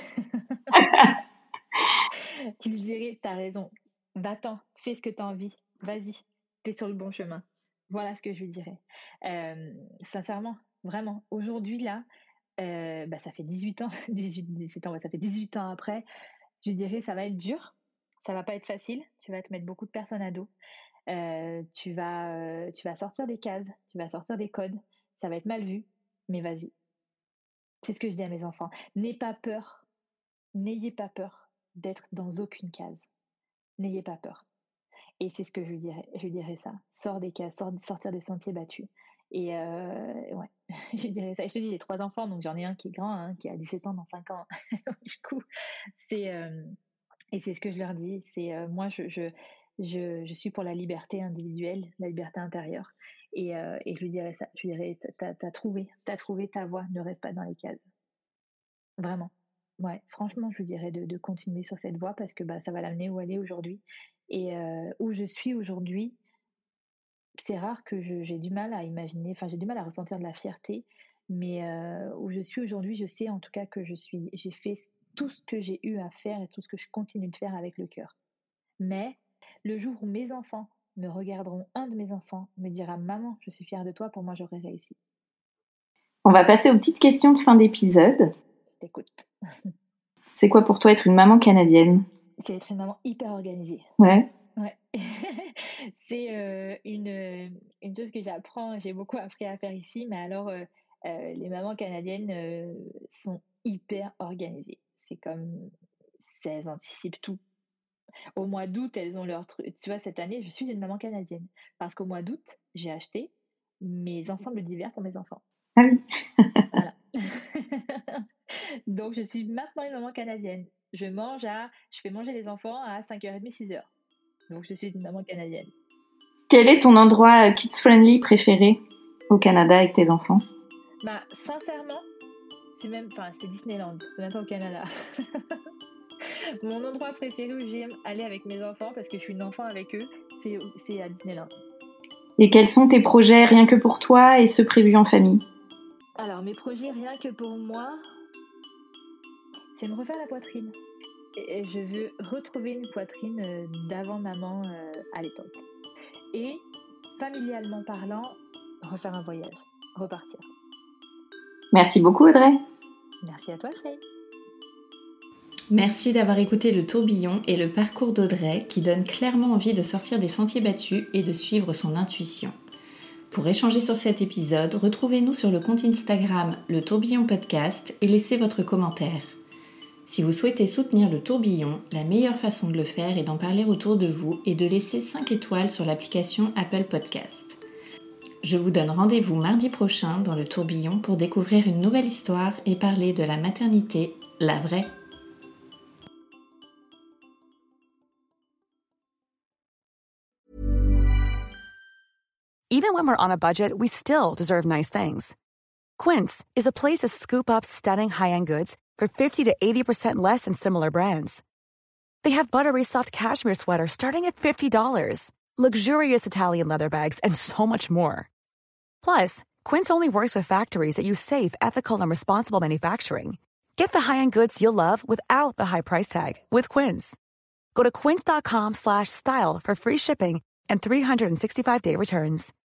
Je lui dirais, t'as raison. Va-t'en, fais ce que t'as envie. Vas-y, t'es sur le bon chemin. Voilà ce que je lui dirais. Sincèrement, vraiment, aujourd'hui, là, ça fait 18 ans, 17 ans, ouais, ça fait 18 ans après, je lui dirais, ça va être dur, ça va pas être facile, tu vas te mettre beaucoup de personnes à dos, tu vas sortir des cases, tu vas sortir des codes, ça va être mal vu, mais vas-y. C'est ce que je dis à mes enfants. N'ayez pas peur d'être dans aucune case. N'ayez pas peur. Et c'est ce que je lui dirais. Je lui dirais ça. Sors des cases, sortir des sentiers battus. Et ouais, je lui dirais ça. Et je te dis, j'ai 3 enfants, donc j'en ai un qui est grand, hein, qui a 17 ans dans 5 ans. Du coup, c'est et c'est ce que je leur dis. C'est moi, je suis pour la liberté individuelle, la liberté intérieure. Et je lui dirais ça. Je lui dirais, t'as trouvé ta voie. Ne reste pas dans les cases. Vraiment. Ouais, franchement, je lui dirais de continuer sur cette voie parce que bah, ça va l'amener où elle est aujourd'hui. Et où je suis aujourd'hui, c'est rare que j'ai du mal à imaginer, enfin j'ai du mal à ressentir de la fierté, mais où je suis aujourd'hui, je sais en tout cas que j'ai fait tout ce que j'ai eu à faire et tout ce que je continue de faire avec le cœur. Mais le jour où mes enfants me regarderont, un de mes enfants me dira: «Maman, je suis fière de toi», pour moi j'aurais réussi. On va passer aux petites questions de fin d'épisode. Je t'écoute. C'est quoi pour toi être une maman canadienne? C'est être une maman hyper organisée. Ouais. Ouais. C'est, une chose que j'ai beaucoup appris à faire ici, mais alors, les mamans canadiennes, sont hyper organisées. Elles anticipent tout. Au mois d'août, elles ont leur truc. Tu vois, cette année, je suis une maman canadienne. Parce qu'au mois d'août, j'ai acheté mes ensembles d'hiver pour mes enfants. Ah oui. Voilà. Donc, je suis maintenant une maman canadienne. Je fais manger les enfants à 5h30, 6h. Donc, je suis une maman canadienne. Quel est ton endroit kids-friendly préféré au Canada avec tes enfants? Sincèrement, c'est Disneyland, c'est même pas au Canada. Mon endroit préféré où j'aime aller avec mes enfants, parce que je suis une enfant avec eux, c'est à Disneyland. Et quels sont tes projets rien que pour toi et ceux prévus en famille? Alors, mes projets rien que pour moi, c'est me refaire la poitrine. Et je veux retrouver une poitrine d'avant maman allaitante. Et familialement parlant, refaire un voyage, repartir. Merci beaucoup Audrey. Merci à toi Shane. Merci d'avoir écouté Le Tourbillon et le parcours d'Audrey qui donne clairement envie de sortir des sentiers battus et de suivre son intuition. Pour échanger sur cet épisode, retrouvez-nous sur le compte Instagram Le Tourbillon Podcast et laissez votre commentaire. Si vous souhaitez soutenir Le Tourbillon, la meilleure façon de le faire est d'en parler autour de vous et de laisser 5 étoiles sur l'application Apple Podcast. Je vous donne rendez-vous mardi prochain dans Le Tourbillon pour découvrir une nouvelle histoire et parler de la maternité, la vraie. Even when we're on a budget, we still deserve nice things. Quince is a place to scoop up stunning high-end goods for 50 to 80% less than similar brands. They have buttery soft cashmere sweaters starting at $50, luxurious Italian leather bags, and so much more. Plus, Quince only works with factories that use safe, ethical, and responsible manufacturing. Get the high-end goods you'll love without the high price tag with Quince. Go to quince.com/style for free shipping and 365-day returns.